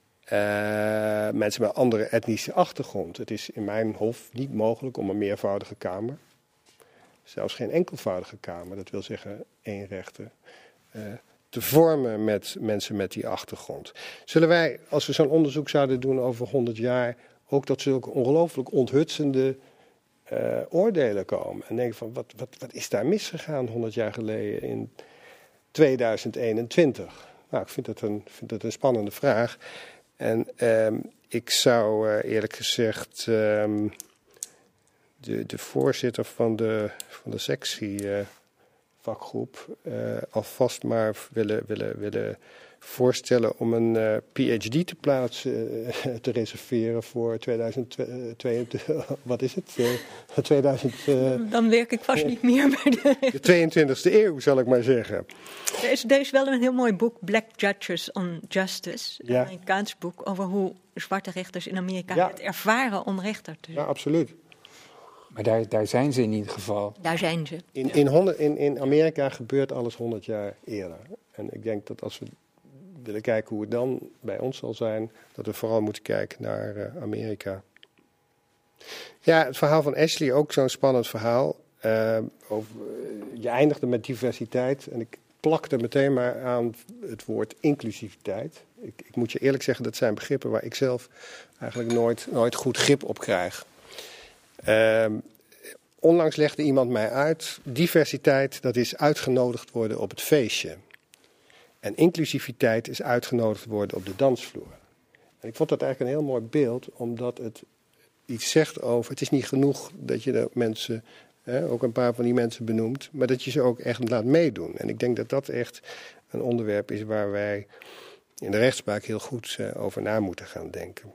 uh, mensen met een andere etnische achtergrond. Het is in mijn hof niet mogelijk om een meervoudige kamer, zelfs geen enkelvoudige kamer, dat wil zeggen één rechter, uh, te vormen met mensen met die achtergrond. Zullen wij, als we zo'n onderzoek zouden doen over honderd jaar, ook tot zulke ongelooflijk onthutsende uh, oordelen komen? En denken van, wat, wat, wat is daar misgegaan honderd jaar geleden in tweeduizend eenentwintig? Nou, ik vind dat een, vind dat een spannende vraag. En um, ik zou uh, eerlijk gezegd um, de, de voorzitter van de, van de sectie Uh, vakgroep uh, alvast maar willen, willen, willen voorstellen om een uh, P H D te plaatsen, uh, te reserveren voor tweeduizend tweeëntwintig. Wat is het? Uh, tweeduizend, uh, Dan werk ik vast uh, niet meer bij de... de tweeëntwintigste eeuw, zal ik maar zeggen. Er is, er is wel een heel mooi boek, Black Judges on Justice. Een ja. Amerikaans boek over hoe zwarte rechters in Amerika ja. het ervaren om rechter te zijn. Ja, absoluut. Maar daar, daar zijn ze in ieder geval. Daar zijn ze. In, in, honderd, in, in Amerika gebeurt alles honderd jaar eerder. En ik denk dat als we willen kijken hoe het dan bij ons zal zijn, dat we vooral moeten kijken naar uh, Amerika. Ja, het verhaal van Ashley, ook zo'n spannend verhaal. Uh, over, uh, je eindigde met diversiteit en ik plakte meteen maar aan het woord inclusiviteit. Ik, ik moet je eerlijk zeggen, dat zijn begrippen waar ik zelf eigenlijk nooit, nooit goed grip op krijg. Uh, onlangs legde iemand mij uit, diversiteit dat is uitgenodigd worden op het feestje. En inclusiviteit is uitgenodigd worden op de dansvloer. En ik vond dat eigenlijk een heel mooi beeld, omdat het iets zegt over, het is niet genoeg dat je de mensen, hè, ook een paar van die mensen benoemt, maar dat je ze ook echt laat meedoen. En ik denk dat dat echt een onderwerp is waar wij in de rechtspraak heel goed uh, over na moeten gaan denken.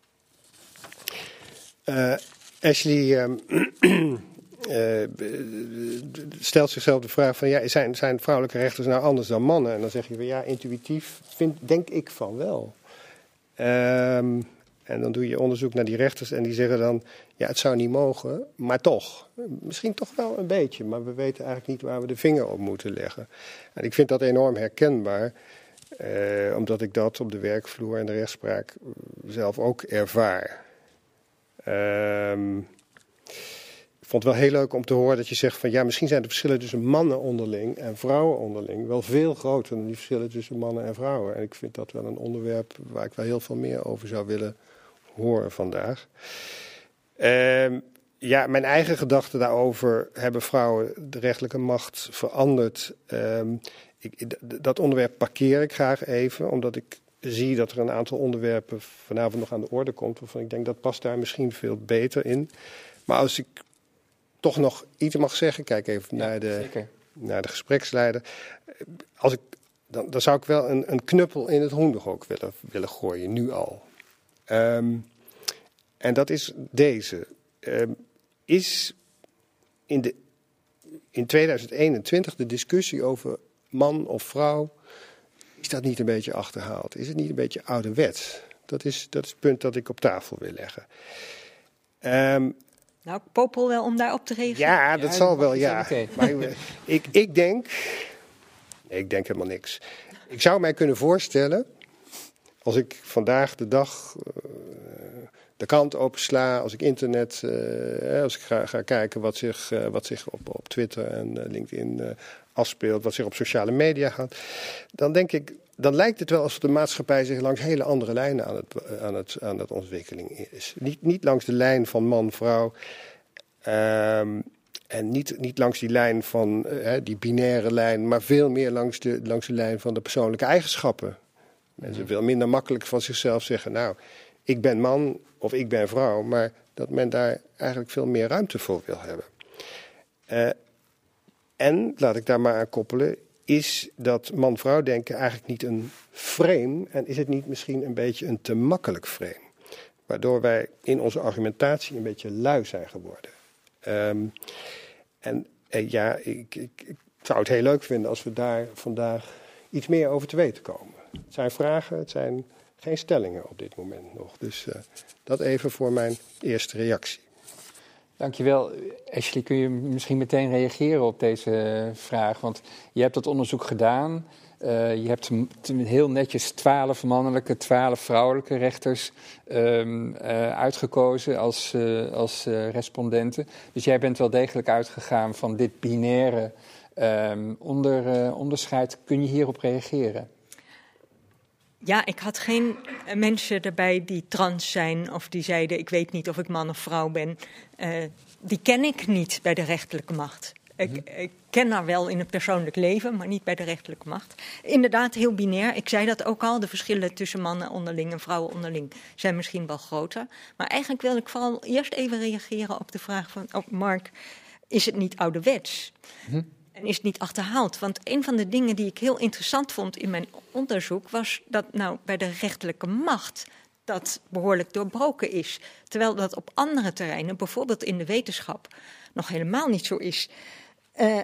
Uh, Ashley um, uh, stelt zichzelf de vraag van, ja, zijn, zijn vrouwelijke rechters nou anders dan mannen? En dan zeg je van, ja, intuïtief vind, denk ik van wel. Um, en dan doe je onderzoek naar die rechters en die zeggen dan, ja, het zou niet mogen, maar toch. Misschien toch wel een beetje, maar we weten eigenlijk niet waar we de vinger op moeten leggen. En ik vind dat enorm herkenbaar, uh, omdat ik dat op de werkvloer en de rechtspraak zelf ook ervaar. Um, ik vond het wel heel leuk om te horen dat je zegt van ja, misschien zijn de verschillen tussen mannen onderling en vrouwen onderling wel veel groter dan die verschillen tussen mannen en vrouwen. En ik vind dat wel een onderwerp waar ik wel heel veel meer over zou willen horen vandaag. Um, ja, mijn eigen gedachten daarover, hebben vrouwen de rechtelijke macht veranderd? Um, ik, dat onderwerp parkeer ik graag even, omdat ik zie dat er een aantal onderwerpen vanavond nog aan de orde komt, waarvan ik denk dat past daar misschien veel beter in. Maar als ik toch nog iets mag zeggen, kijk even ja, naar, de, naar de gespreksleider. Als ik, dan, dan zou ik wel een, een knuppel in het hoendehok willen, willen gooien, nu al. Um, en dat is deze. Um, is in, de, in tweeduizend eenentwintig de discussie over man of vrouw, is dat niet een beetje achterhaald? Is het niet een beetje ouderwets? Dat is, dat is het punt dat ik op tafel wil leggen. Um, nou, ik popel wel om daarop te reageren. Ja, dat ja, zal dat wel, ja. Maar ik, ik denk... Nee, ik denk helemaal niks. Ik zou mij kunnen voorstellen, als ik vandaag de dag uh, de krant opensla, als ik internet, uh, als ik ga, ga kijken wat zich, uh, wat zich op, op Twitter en uh, LinkedIn uh, afspeelt, wat zich op sociale media gaat, dan denk ik, dan lijkt het wel alsof de maatschappij zich langs hele andere lijnen aan het, aan het, aan het ontwikkeling is. Niet, niet langs de lijn van man-vrouw. Um, En niet, niet langs die lijn van uh, die binaire lijn, maar veel meer langs de, langs de lijn van de persoonlijke eigenschappen. Mensen veel minder makkelijk van zichzelf zeggen, nou, ik ben man of ik ben vrouw, maar dat men daar eigenlijk veel meer ruimte voor wil hebben. Uh, en, laat ik daar maar aan koppelen, is dat man-vrouw denken eigenlijk niet een frame en is het niet misschien een beetje een te makkelijk frame? Waardoor wij in onze argumentatie een beetje lui zijn geworden. Um, en uh, ja, ik, ik, ik zou het heel leuk vinden als we daar vandaag iets meer over te weten komen. Het zijn vragen, het zijn geen stellingen op dit moment nog. Dus uh, dat even voor mijn eerste reactie. Dankjewel. Ashley, kun je misschien meteen reageren op deze vraag? Want je hebt dat onderzoek gedaan. Uh, je hebt heel netjes twaalf mannelijke, twaalf vrouwelijke rechters um, uh, uitgekozen als, uh, als uh, respondenten. Dus jij bent wel degelijk uitgegaan van dit binaire um, onder, uh, onderscheid. Kun je hierop reageren? Ja, ik had geen mensen erbij die trans zijn of die zeiden ik weet niet of ik man of vrouw ben. Uh, die ken ik niet bij de rechterlijke macht. Ik, ik ken haar wel in het persoonlijk leven, maar niet bij de rechterlijke macht. Inderdaad, heel binair. Ik zei dat ook al. De verschillen tussen mannen onderling en vrouwen onderling zijn misschien wel groter. Maar eigenlijk wil ik vooral eerst even reageren op de vraag van op Mark. Is het niet ouderwets? Hm. En is het niet achterhaald? Want een van de dingen die ik heel interessant vond in mijn onderzoek was dat nou bij de rechterlijke macht dat behoorlijk doorbroken is. Terwijl dat op andere terreinen, bijvoorbeeld in de wetenschap, nog helemaal niet zo is. Uh,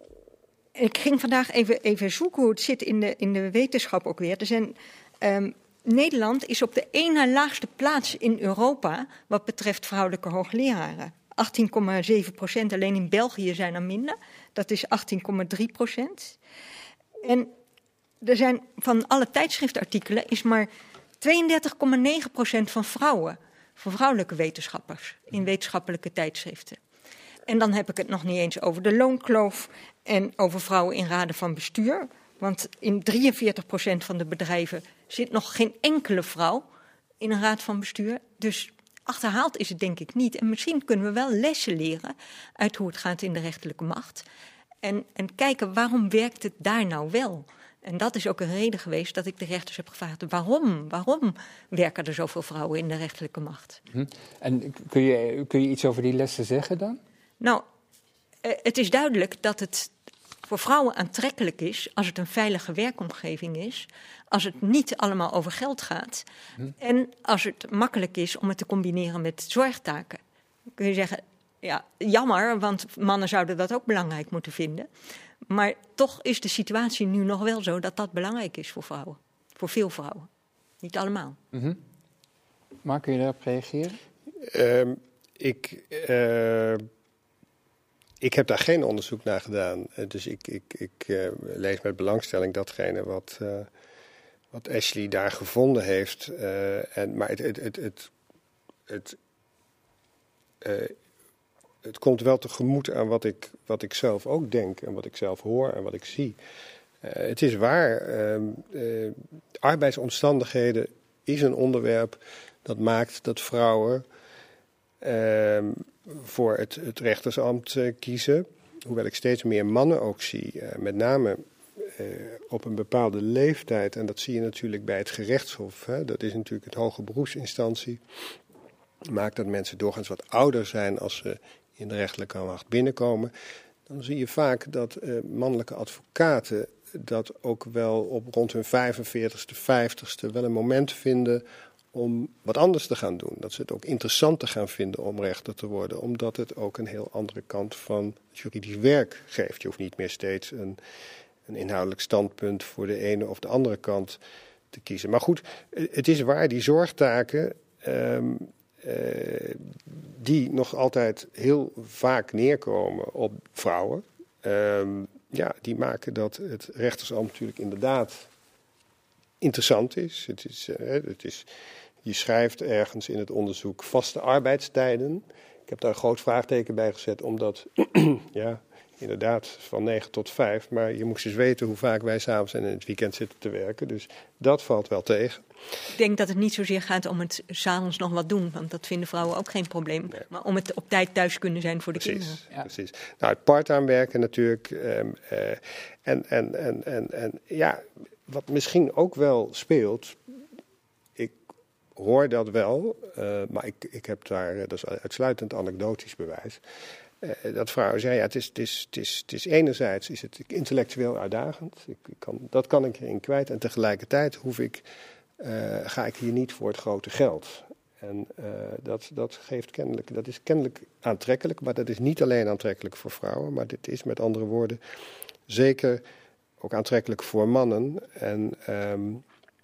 ik ging vandaag even, even zoeken hoe het zit in de, in de wetenschap ook weer. Er zijn, um, Nederland is op de ene laagste plaats in Europa wat betreft vrouwelijke hoogleraren. achttien komma zeven procent, alleen in België zijn er minder. Dat is achttien komma drie procent. En er zijn van alle tijdschriftartikelen is maar tweeëndertig komma negen procent van vrouwen, van vrouwelijke wetenschappers in wetenschappelijke tijdschriften. En dan heb ik het nog niet eens over de loonkloof en over vrouwen in raden van bestuur. Want in drieënveertig procent van de bedrijven zit nog geen enkele vrouw in een raad van bestuur. Dus achterhaald is het denk ik niet. En misschien kunnen we wel lessen leren uit hoe het gaat in de rechterlijke macht. En, en kijken waarom werkt het daar nou wel? En dat is ook een reden geweest dat ik de rechters heb gevraagd. Waarom? Waarom werken er zoveel vrouwen in de rechterlijke macht? Hm. En kun je, kun je iets over die lessen zeggen dan? Nou, het is duidelijk dat het voor vrouwen aantrekkelijk is als het een veilige werkomgeving is, als het niet allemaal over geld gaat hm. en als het makkelijk is om het te combineren met zorgtaken. Dan kun je zeggen, ja, jammer, want mannen zouden dat ook belangrijk moeten vinden. Maar toch is de situatie nu nog wel zo dat dat belangrijk is voor vrouwen. Voor veel vrouwen. Niet allemaal. Mm-hmm. Mark, kun je daarop reageren? Uh, ik... Uh... Ik heb daar geen onderzoek naar gedaan, dus ik, ik, ik uh, lees met belangstelling datgene wat, uh, wat Ashley daar gevonden heeft. Uh, en, maar het, het, het, het, het, uh, het komt wel tegemoet aan wat ik, wat ik zelf ook denk en wat ik zelf hoor en wat ik zie. Uh, het is waar, uh, uh, arbeidsomstandigheden is een onderwerp dat maakt dat vrouwen Uh, voor het, het rechtersambt uh, kiezen. Hoewel ik steeds meer mannen ook zie. Uh, met name uh, op een bepaalde leeftijd. En dat zie je natuurlijk bij het gerechtshof. Hè. Dat is natuurlijk het hoge beroepsinstantie. Maakt dat mensen doorgaans wat ouder zijn als ze in de rechterlijke macht binnenkomen. Dan zie je vaak dat uh, mannelijke advocaten dat ook wel op rond hun vijfenveertigste, vijftigste wel een moment vinden om wat anders te gaan doen. Dat ze het ook interessanter gaan vinden om rechter te worden. Omdat het ook een heel andere kant van juridisch werk geeft. Je hoeft niet meer steeds een, een inhoudelijk standpunt voor de ene of de andere kant te kiezen. Maar goed, het is waar, die zorgtaken Um, uh, die nog altijd heel vaak neerkomen op vrouwen. Um, ja, die maken dat het rechtersambt natuurlijk inderdaad interessant is. Het is, uh, het is Je schrijft ergens in het onderzoek vaste arbeidstijden. Ik heb daar een groot vraagteken bij gezet, omdat, ja, inderdaad, van negen tot vijf. Maar je moest eens weten hoe vaak wij s'avonds en in het weekend zitten te werken. Dus dat valt wel tegen. Ik denk dat het niet zozeer gaat om het 's avonds nog wat doen, want dat vinden vrouwen ook geen probleem. Nee. Maar om het op tijd thuis kunnen zijn voor de precies, kinderen. Ja. Precies. Nou, het part-time werken natuurlijk. Um, uh, en, en, en, en, en ja, wat misschien ook wel speelt, ik hoor dat wel, uh, maar ik, ik heb daar, dat is uitsluitend anekdotisch bewijs. Uh, dat vrouwen zeggen, ja, het is, het, is, het, is, het is enerzijds is het intellectueel uitdagend. Ik, ik kan, dat kan ik erin kwijt. En tegelijkertijd hoef ik, uh, ga ik hier niet voor het grote geld. En uh, dat, dat, geeft kennelijk, dat is kennelijk aantrekkelijk, maar dat is niet alleen aantrekkelijk voor vrouwen. Maar dit is met andere woorden zeker ook aantrekkelijk voor mannen. En um,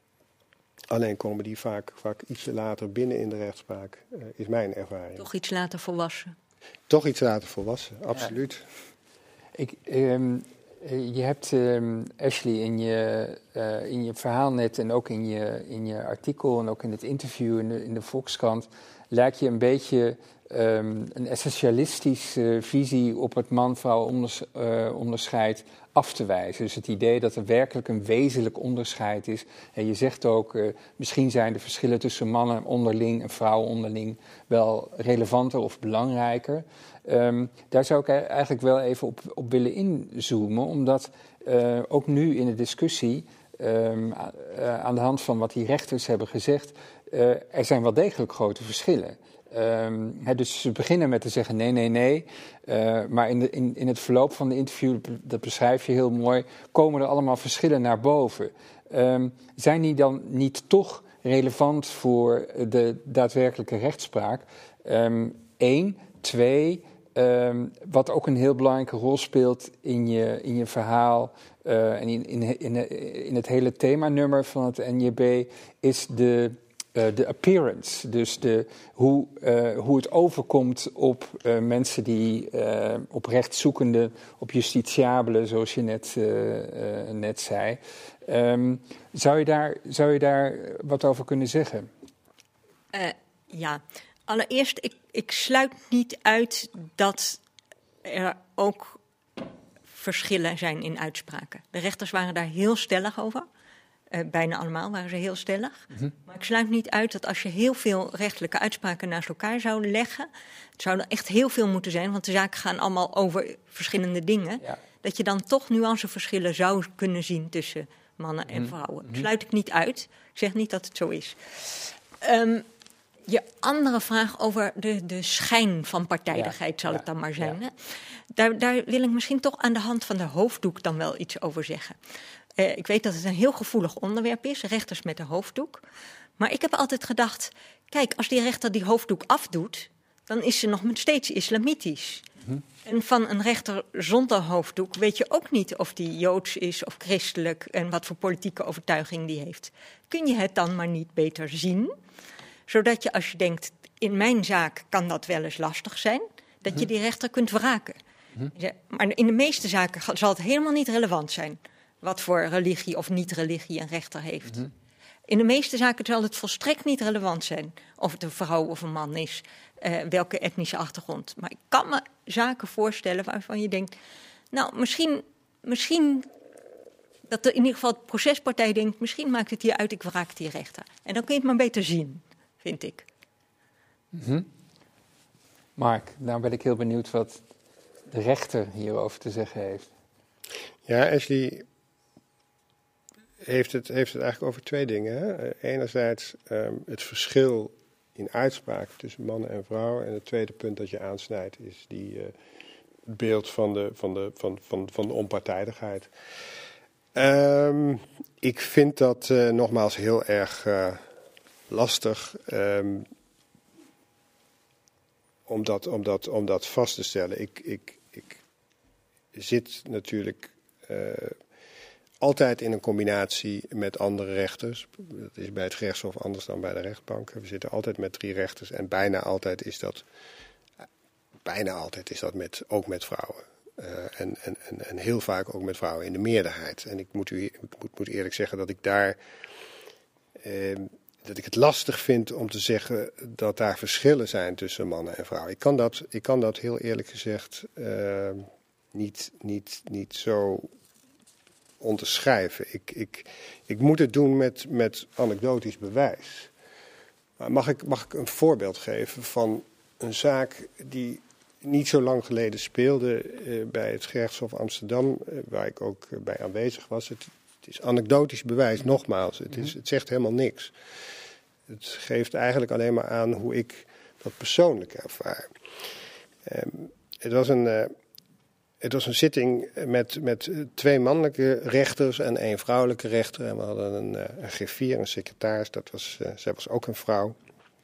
alleen komen die vaak, vaak ietsje later binnen in de rechtspraak, uh, is mijn ervaring. Toch iets later volwassen. Toch iets later volwassen, absoluut. Ja. Ik, um, je hebt, um, Ashley, in je, uh, in je verhaal net en ook in je, in je artikel en ook in het interview in de, in de Volkskrant, lijkt je een beetje um, een essentialistische visie op het man-vrouw onders, uh, onderscheid af te wijzen. Dus het idee dat er werkelijk een wezenlijk onderscheid is. En je zegt ook, uh, misschien zijn de verschillen tussen mannen onderling en vrouwen onderling wel relevanter of belangrijker. Um, daar zou ik eigenlijk wel even op, op willen inzoomen, omdat uh, ook nu in de discussie, um, uh, aan de hand van wat die rechters hebben gezegd, uh, er zijn wel degelijk grote verschillen. Um, he, dus ze beginnen met te zeggen nee, nee, nee. Uh, maar in, de, in, in het verloop van de interview, dat beschrijf je heel mooi, komen er allemaal verschillen naar boven. Um, zijn die dan niet toch relevant voor de daadwerkelijke rechtspraak? Um, Eén. Twee. Um, wat ook een heel belangrijke rol speelt in je, in je verhaal uh, en in, in, in, in het hele themanummer van het N J B is de... Uh, de appearance, dus de, hoe, uh, hoe het overkomt op uh, mensen die uh, op rechtszoekenden, op justitiabelen, zoals je net, uh, uh, net zei. Um, zou je daar, zou je daar wat over kunnen zeggen? Uh, ja, allereerst, ik, ik sluit niet uit dat er ook verschillen zijn in uitspraken. De rechters waren daar heel stellig over. Uh, bijna allemaal waren ze heel stellig. Mm-hmm. Maar ik sluit niet uit dat als je heel veel rechtelijke uitspraken naast elkaar zou leggen, het zou er echt heel veel moeten zijn, want de zaken gaan allemaal over verschillende dingen, ja. Dat je dan toch nuanceverschillen zou kunnen zien tussen mannen en vrouwen. Mm-hmm. Dat sluit ik niet uit. Ik zeg niet dat het zo is. Um, je andere vraag over de, de schijn van partijdigheid, ja. zal ja. het dan maar zijn. Ja. Hè? Daar, daar wil ik misschien toch aan de hand van de hoofddoek dan wel iets over zeggen. Uh, ik weet dat het een heel gevoelig onderwerp is, rechters met een hoofddoek. Maar ik heb altijd gedacht, kijk, als die rechter die hoofddoek afdoet, dan is ze nog steeds islamitisch. Hm. En van een rechter zonder hoofddoek weet je ook niet of die joods is of christelijk en wat voor politieke overtuiging die heeft. Kun je het dan maar niet beter zien, zodat je als je denkt, in mijn zaak kan dat wel eens lastig zijn, dat hm. je die rechter kunt wraken. Hm. Maar in de meeste zaken zal het helemaal niet relevant zijn wat voor religie of niet-religie een rechter heeft. Mm-hmm. In de meeste zaken zal het volstrekt niet relevant zijn of het een vrouw of een man is, uh, welke etnische achtergrond. Maar ik kan me zaken voorstellen waarvan je denkt, nou, misschien, misschien dat er in ieder geval de procespartij denkt, misschien maakt het hier uit, ik wraak die rechter. En dan kun je het maar beter zien, vind ik. Mm-hmm. Mark, nou ben ik heel benieuwd wat de rechter hierover te zeggen heeft. Ja, Ashley heeft het, heeft het eigenlijk over twee dingen. Hè? Enerzijds um, het verschil in uitspraak tussen mannen en vrouwen. En het tweede punt dat je aansnijdt is die uh, beeld van de, van, de, van, van, van de onpartijdigheid. Um, ik vind dat uh, nogmaals heel erg uh, lastig um, om, dat, om, dat, om dat vast te stellen. Ik, ik, ik zit natuurlijk Uh, altijd in een combinatie met andere rechters. Dat is bij het gerechtshof anders dan bij de rechtbanken. We zitten altijd met drie rechters en bijna altijd is dat, bijna altijd is dat met, ook met vrouwen. Uh, en, en, en, en heel vaak ook met vrouwen in de meerderheid. En ik moet, u, ik moet, moet eerlijk zeggen dat ik daar uh, dat ik het lastig vind om te zeggen dat daar verschillen zijn tussen mannen en vrouwen. Ik kan dat, ik kan dat heel eerlijk gezegd uh, niet, niet, niet zo onderschrijven. Ik, ik, ik moet het doen met, met anekdotisch bewijs. Maar mag ik, mag ik een voorbeeld geven van een zaak die niet zo lang geleden speelde uh, bij het gerechtshof Amsterdam, uh, waar ik ook uh, bij aanwezig was. Het, het is anekdotisch bewijs, nogmaals. Het, is, het zegt helemaal niks. Het geeft eigenlijk alleen maar aan hoe ik dat persoonlijk ervaar. Um, het was een... Uh, Het was een zitting met, met twee mannelijke rechters en één vrouwelijke rechter. En we hadden een, een griffier, een secretaris, dat was, uh, zij was ook een vrouw.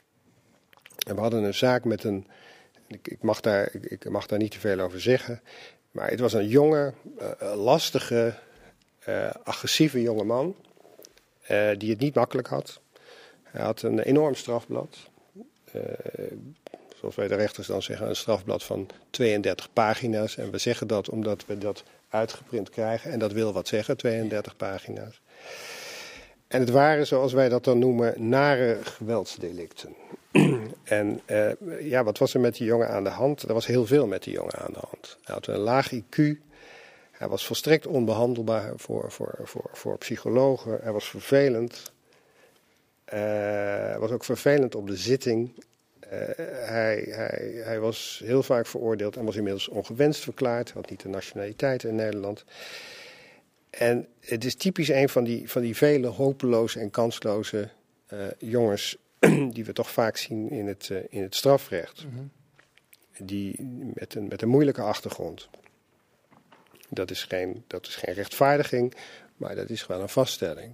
En we hadden een zaak met een, ik, ik, mag daar, ik, ik mag daar niet te veel over zeggen. Maar het was een jonge, uh, lastige, uh, agressieve jonge man. Uh, die het niet makkelijk had. Hij had een enorm strafblad. Uh, Zoals wij de rechters dan zeggen, een strafblad van tweeëndertig pagina's. En we zeggen dat omdat we dat uitgeprint krijgen. En dat wil wat zeggen, tweeëndertig pagina's. En het waren, zoals wij dat dan noemen, nare geweldsdelicten. En uh, ja, wat was er met die jongen aan de hand? Er was heel veel met die jongen aan de hand. Hij had een laag I Q. Hij was volstrekt onbehandelbaar voor, voor, voor, voor psychologen. Hij was vervelend. Uh, hij was ook vervelend op de zitting. Uh, hij, hij, hij was heel vaak veroordeeld en was inmiddels ongewenst verklaard. Had niet de nationaliteit in Nederland. En het is typisch een van die, van die vele hopeloze en kansloze uh, jongens die we toch vaak zien in het, uh, in het strafrecht. Mm-hmm. Die met een, met een moeilijke achtergrond. Dat is geen, dat is geen rechtvaardiging, maar dat is gewoon een vaststelling.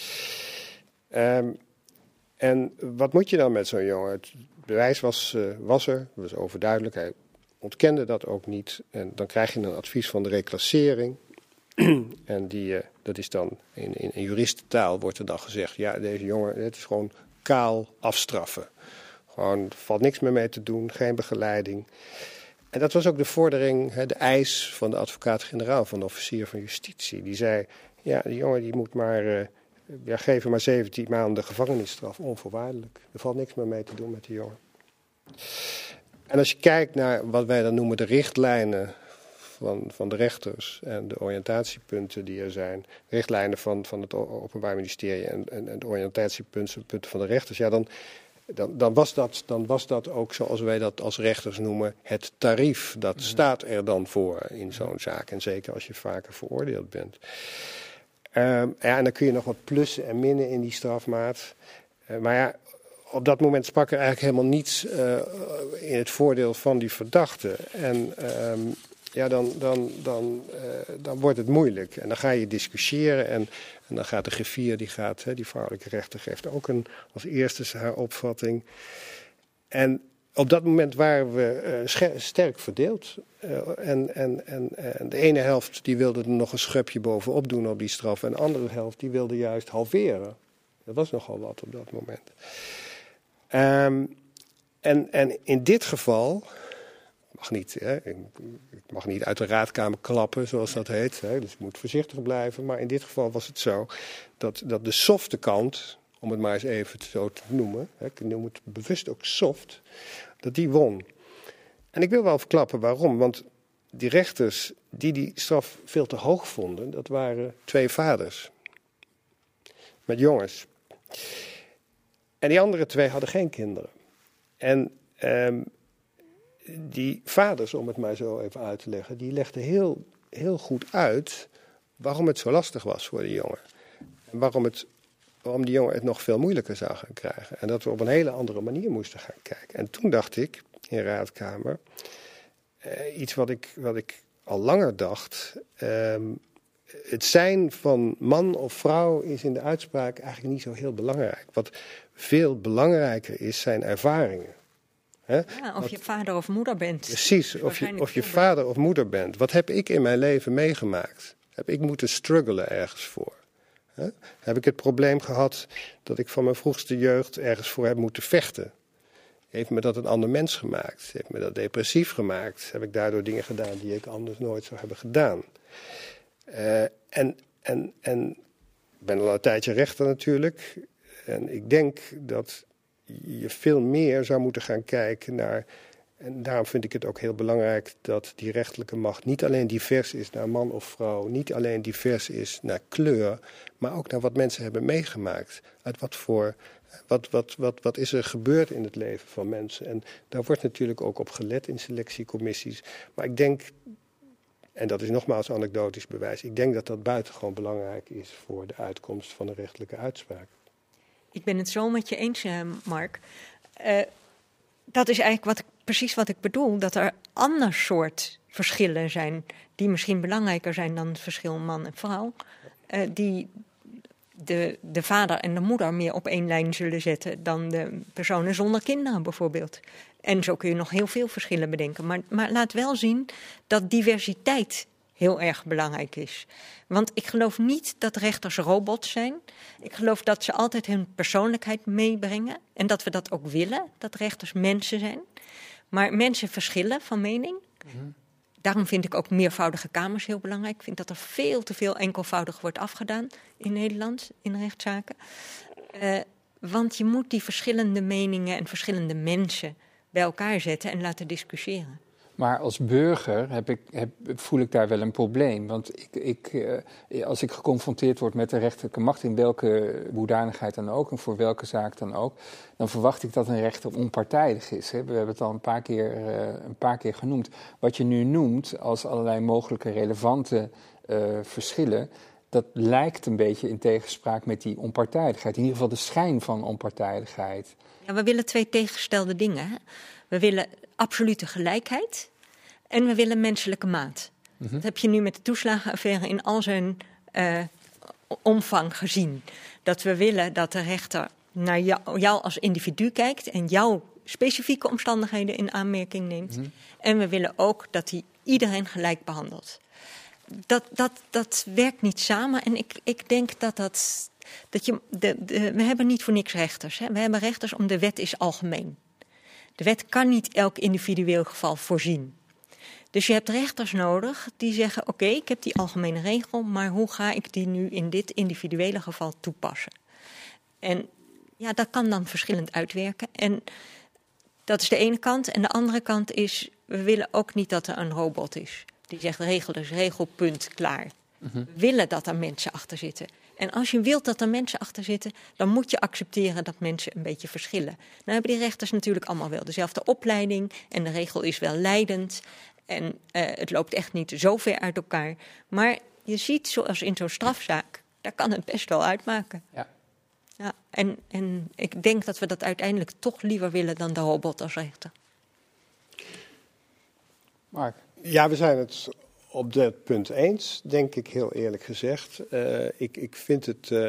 Um, en wat moet je dan met zo'n jongen? Het bewijs was, uh, was er, dat was overduidelijk. Hij ontkende dat ook niet. En dan krijg je een advies van de reclassering. En die, uh, dat is dan, in, in, in juristentaal wordt er dan gezegd, ja, deze jongen, het is gewoon kaal afstraffen. Gewoon, er valt niks meer mee te doen, geen begeleiding. En dat was ook de vordering, hè, de eis van de advocaat-generaal, van de officier van justitie. Die zei, ja, die jongen die moet maar, uh, ja, geven maar zeventien maanden gevangenisstraf, onvoorwaardelijk. Er valt niks meer mee te doen met die jongen. En als je kijkt naar wat wij dan noemen de richtlijnen van, van de rechters en de oriëntatiepunten die er zijn, richtlijnen van, van het Openbaar Ministerie en, en, en de oriëntatiepunten punten van de rechters, ja, dan, dan, dan, was dat, dan was dat ook, zoals wij dat als rechters noemen, het tarief. Dat staat er dan voor in zo'n zaak. En zeker als je vaker veroordeeld bent. Uh, ja, en dan kun je nog wat plussen en minnen in die strafmaat. Uh, maar ja, op dat moment sprak er eigenlijk helemaal niets uh, in het voordeel van die verdachte. En um, ja, dan, dan, dan, uh, dan wordt het moeilijk. En dan ga je discussiëren en, en dan gaat de griffier, die gaat, hè, die vrouwelijke rechter geeft ook een, als eerste haar opvatting. En op dat moment waren we uh, sterk verdeeld. Uh, en, en, en, en de ene helft die wilde er nog een schepje bovenop doen op die straf. En de andere helft die wilde juist halveren. Dat was nogal wat op dat moment. Um, en, en in dit geval, mag niet, hè, ik, ik mag niet uit de raadkamer klappen, zoals dat heet. Hè, dus ik moet voorzichtig blijven. Maar in dit geval was het zo dat, dat de softe kant, om het maar eens even zo te noemen, hè, ik noem het bewust ook soft, dat die won. En ik wil wel verklappen waarom, want die rechters die die straf veel te hoog vonden, dat waren twee vaders met jongens. En die andere twee hadden geen kinderen. En um, die vaders, om het maar zo even uit te leggen, die legden heel, heel goed uit waarom het zo lastig was voor die jongen. En waarom, het, waarom die jongen het nog veel moeilijker zou gaan krijgen. En dat we op een hele andere manier moesten gaan kijken. En toen dacht ik, in Raadkamer, uh, iets wat ik, wat ik al langer dacht. Um, Het zijn van man of vrouw is in de uitspraak eigenlijk niet zo heel belangrijk. Wat veel belangrijker is, zijn ervaringen. He? Ja, of Wat, je vader of moeder bent. Precies, of je, of je vader of moeder bent. Wat heb ik in mijn leven meegemaakt? Heb ik moeten struggelen ergens voor? He? Heb ik het probleem gehad dat ik van mijn vroegste jeugd ergens voor heb moeten vechten? Heeft me dat een ander mens gemaakt? Heeft me dat depressief gemaakt? Heb ik daardoor dingen gedaan die ik anders nooit zou hebben gedaan? Uh, en, en, en ik ben al een tijdje rechter natuurlijk. En ik denk dat je veel meer zou moeten gaan kijken naar... En daarom vind ik het ook heel belangrijk dat die rechterlijke macht niet alleen divers is naar man of vrouw, niet alleen divers is naar kleur, maar ook naar wat mensen hebben meegemaakt. Uit wat voor, wat, wat, wat, wat is er gebeurd in het leven van mensen? En daar wordt natuurlijk ook op gelet in selectiecommissies. Maar ik denk, en dat is nogmaals anekdotisch bewijs, ik denk dat dat buitengewoon belangrijk is voor de uitkomst van een rechtelijke uitspraak. Ik ben het zo met je eens, uh, Mark. Uh, dat is eigenlijk wat ik, precies wat ik bedoel. Dat er ander soort verschillen zijn die misschien belangrijker zijn dan het verschil man en vrouw. Uh, die de, de vader en de moeder meer op één lijn zullen zetten dan de personen zonder kinderen bijvoorbeeld. En zo kun je nog heel veel verschillen bedenken. Maar, maar laat wel zien dat diversiteit heel erg belangrijk is. Want ik geloof niet dat rechters robots zijn. Ik geloof dat ze altijd hun persoonlijkheid meebrengen. En dat we dat ook willen, dat rechters mensen zijn. Maar mensen verschillen van mening. Mm-hmm. Daarom vind ik ook meervoudige kamers heel belangrijk. Ik vind dat er veel te veel enkelvoudig wordt afgedaan in Nederland, in rechtszaken. Uh, want je moet die verschillende meningen en verschillende mensen bij elkaar zetten en laten discussiëren. Maar als burger heb ik, heb, voel ik daar wel een probleem. Want ik, ik, uh, als ik geconfronteerd word met de rechterlijke macht, in welke hoedanigheid dan ook en voor welke zaak dan ook, dan verwacht ik dat een rechter onpartijdig is. Hè. We hebben het al een paar, keer, uh, een paar keer genoemd. Wat je nu noemt als allerlei mogelijke relevante uh, verschillen, dat lijkt een beetje in tegenspraak met die onpartijdigheid. In ieder geval de schijn van onpartijdigheid. Ja, we willen twee tegengestelde dingen. Hè? We willen absolute gelijkheid en we willen menselijke maat. Mm-hmm. Dat heb je nu met de toeslagenaffaire in al zijn uh, omvang gezien. Dat we willen dat de rechter naar jou, jou als individu kijkt en jouw specifieke omstandigheden in aanmerking neemt. Mm-hmm. En we willen ook dat hij iedereen gelijk behandelt. Dat, dat, dat werkt niet samen en ik, ik denk dat dat... dat je, de, de, we hebben niet voor niks rechters. Hè? We hebben rechters om de wet is algemeen. De wet kan niet elk individueel geval voorzien. Dus je hebt rechters nodig die zeggen, oké, okay, ik heb die algemene regel, maar hoe ga ik die nu in dit individuele geval toepassen? En ja, dat kan dan verschillend uitwerken. En dat is de ene kant. En de andere kant is, we willen ook niet dat er een robot is. Die zegt, regel is regel, punt, klaar. Mm-hmm. We willen dat er mensen achter zitten. En als je wilt dat er mensen achter zitten, dan moet je accepteren dat mensen een beetje verschillen. Nou hebben die rechters natuurlijk allemaal wel dezelfde opleiding en de regel is wel leidend. En uh, het loopt echt niet zo ver uit elkaar. Maar je ziet, zoals in zo'n strafzaak, daar kan het best wel uitmaken. Ja. Ja, en, en ik denk dat we dat uiteindelijk toch liever willen dan de robot als rechter. Mark? Ja, we zijn het op dat punt eens, denk ik heel eerlijk gezegd. Uh, ik, ik vind het... Uh,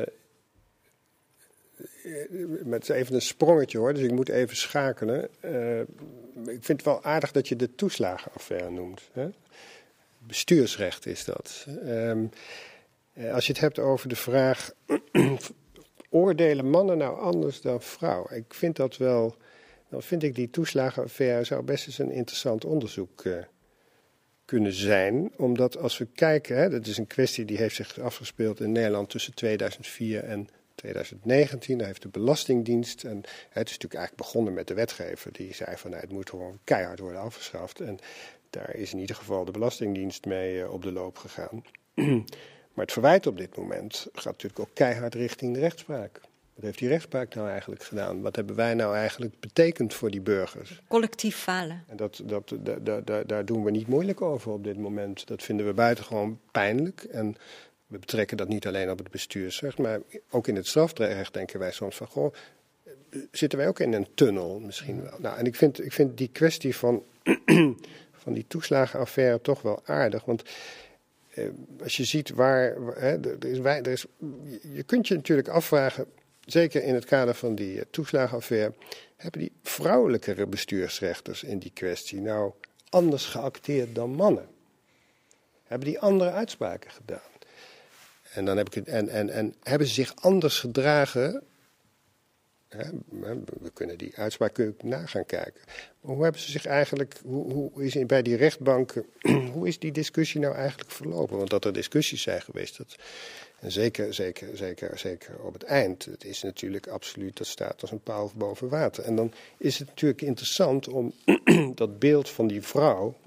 met even een sprongetje hoor, dus ik moet even schakelen. Uh, ik vind het wel aardig dat je de toeslagenaffaire noemt. Hè? Bestuursrecht is dat. Um, als je het hebt over de vraag... oordelen mannen nou anders dan vrouwen? Ik vind dat wel... Dan vind ik die toeslagenaffaire zou best eens een interessant onderzoek uh, kunnen zijn. Omdat als we kijken... Hè, dat is een kwestie die heeft zich afgespeeld in Nederland tussen tweeduizend vier en tweeduizend negentien. Daar heeft de Belastingdienst... En, hè, het is natuurlijk eigenlijk begonnen met de wetgever. Die zei van nou, het moet gewoon keihard worden afgeschaft. En daar is in ieder geval de Belastingdienst mee uh, op de loop gegaan. Maar het verwijt op dit moment gaat natuurlijk ook keihard richting de rechtspraak. Wat heeft die rechtspraak nou eigenlijk gedaan? Wat hebben wij nou eigenlijk betekend voor die burgers? Collectief falen. En dat, dat, da, da, da, daar doen we niet moeilijk over op dit moment. Dat vinden we buitengewoon pijnlijk. En we betrekken dat niet alleen op het bestuursrecht, maar ook in het strafrecht denken wij soms van, goh, zitten wij ook in een tunnel misschien wel? Nou, en ik vind, ik vind die kwestie van, van die toeslagenaffaire toch wel aardig, want... Uh, als je ziet waar, hè, er is, er is, je kunt je natuurlijk afvragen, zeker in het kader van die uh, toeslagenaffaire, hebben die vrouwelijkere bestuursrechters in die kwestie nou anders geacteerd dan mannen? Hebben die andere uitspraken gedaan? En, dan heb ik het, en, en, en hebben ze zich anders gedragen? Hè, we kunnen die uitspraak kunnen na gaan kijken. Maar hoe hebben ze zich eigenlijk, hoe, hoe is bij die rechtbanken, hoe is die discussie nou eigenlijk verlopen? Want dat er discussies zijn geweest, dat En zeker, zeker, zeker, zeker op het eind. Het is natuurlijk absoluut, dat staat als een paal boven water. En dan is het natuurlijk interessant om dat beeld van die vrouw,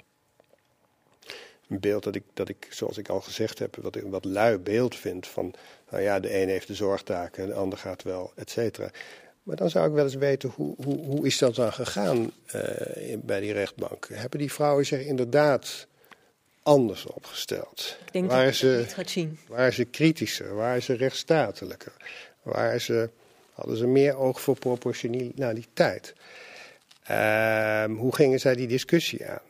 een beeld dat ik, dat ik, zoals ik al gezegd heb, wat ik een wat lui beeld vind van, nou ja, de een heeft de zorgtaken, de ander gaat wel, et cetera. Maar dan zou ik wel eens weten, hoe, hoe, hoe is dat dan gegaan uh, in, bij die rechtbank? Hebben die vrouwen zich inderdaad anders opgesteld? Ik denk waren dat je ze, dat niet gaat zien. Waren ze kritischer? Waren ze rechtsstatelijker? Waren ze, hadden ze meer oog voor proportionaliteit? Uh, hoe gingen zij die discussie aan?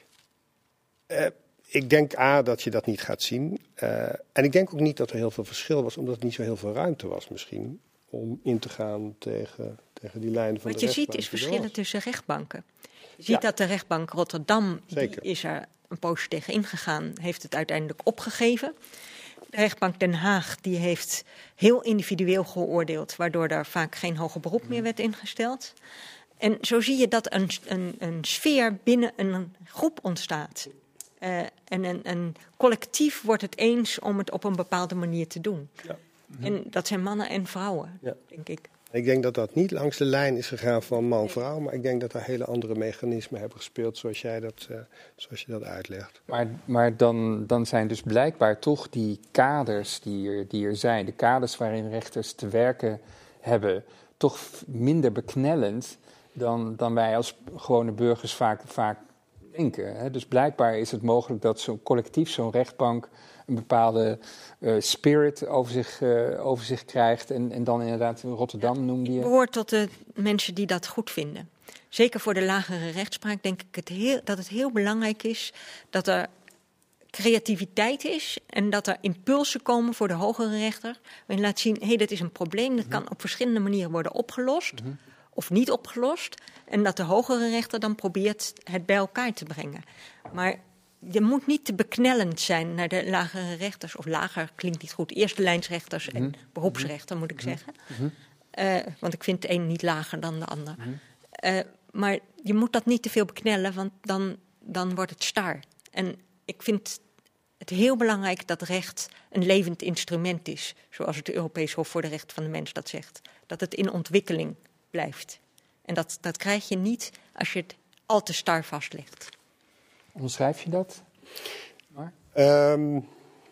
Uh, ik denk A, dat je dat niet gaat zien. Uh, en ik denk ook niet dat er heel veel verschil was, omdat er niet zo heel veel ruimte was misschien om in te gaan tegen, tegen die lijnen van Wat de je ziet rechtbank is die er verschillen was. tussen rechtbanken. Je ziet Ja. dat de rechtbank Rotterdam, die Zeker. is er een poosje tegen ingegaan, heeft het uiteindelijk opgegeven. De rechtbank Den Haag die heeft heel individueel geoordeeld, waardoor daar vaak geen hoger beroep meer werd ingesteld. En zo zie je dat een, een, een sfeer binnen een groep ontstaat. Uh, en een, een collectief wordt het eens om het op een bepaalde manier te doen. Ja. En dat zijn mannen en vrouwen, Ja. denk ik. Ik denk dat dat niet langs de lijn is gegaan van man-vrouw, maar ik denk dat er hele andere mechanismen hebben gespeeld zoals jij dat, uh, zoals je dat uitlegt. Maar, maar dan, dan zijn dus blijkbaar toch die kaders die er, die er zijn, de kaders waarin rechters te werken hebben, toch minder beknellend dan, dan wij als gewone burgers vaak, vaak denken. Hè? Dus blijkbaar is het mogelijk dat zo'n collectief, zo'n rechtbank, een bepaalde uh, spirit over zich, uh, over zich krijgt. En, en dan inderdaad Rotterdam noemde je. Ik behoor tot de mensen die dat goed vinden. Zeker voor de lagere rechtspraak denk ik het heel, dat het heel belangrijk is dat er creativiteit is en dat er impulsen komen voor de hogere rechter. Waarin laat zien, hé, hey, dat is een probleem, dat kan op verschillende manieren worden opgelost. Mm-hmm. Of niet opgelost. En dat de hogere rechter dan probeert het bij elkaar te brengen. Maar je moet niet te beknellend zijn naar de lagere rechters. Of lager klinkt niet goed. Eerste lijnsrechters en mm-hmm. beroepsrechter moet ik zeggen. Mm-hmm. Uh, want ik vind de een niet lager dan de ander. Mm-hmm. Uh, maar je moet dat niet te veel beknellen, want dan, dan wordt het star. En ik vind het heel belangrijk dat recht een levend instrument is. Zoals het Europees Hof voor de Rechten van de Mens dat zegt. Dat het in ontwikkeling blijft. En dat, dat krijg je niet als je het al te star vastlegt. Onderschrijf je dat? Maar? Um,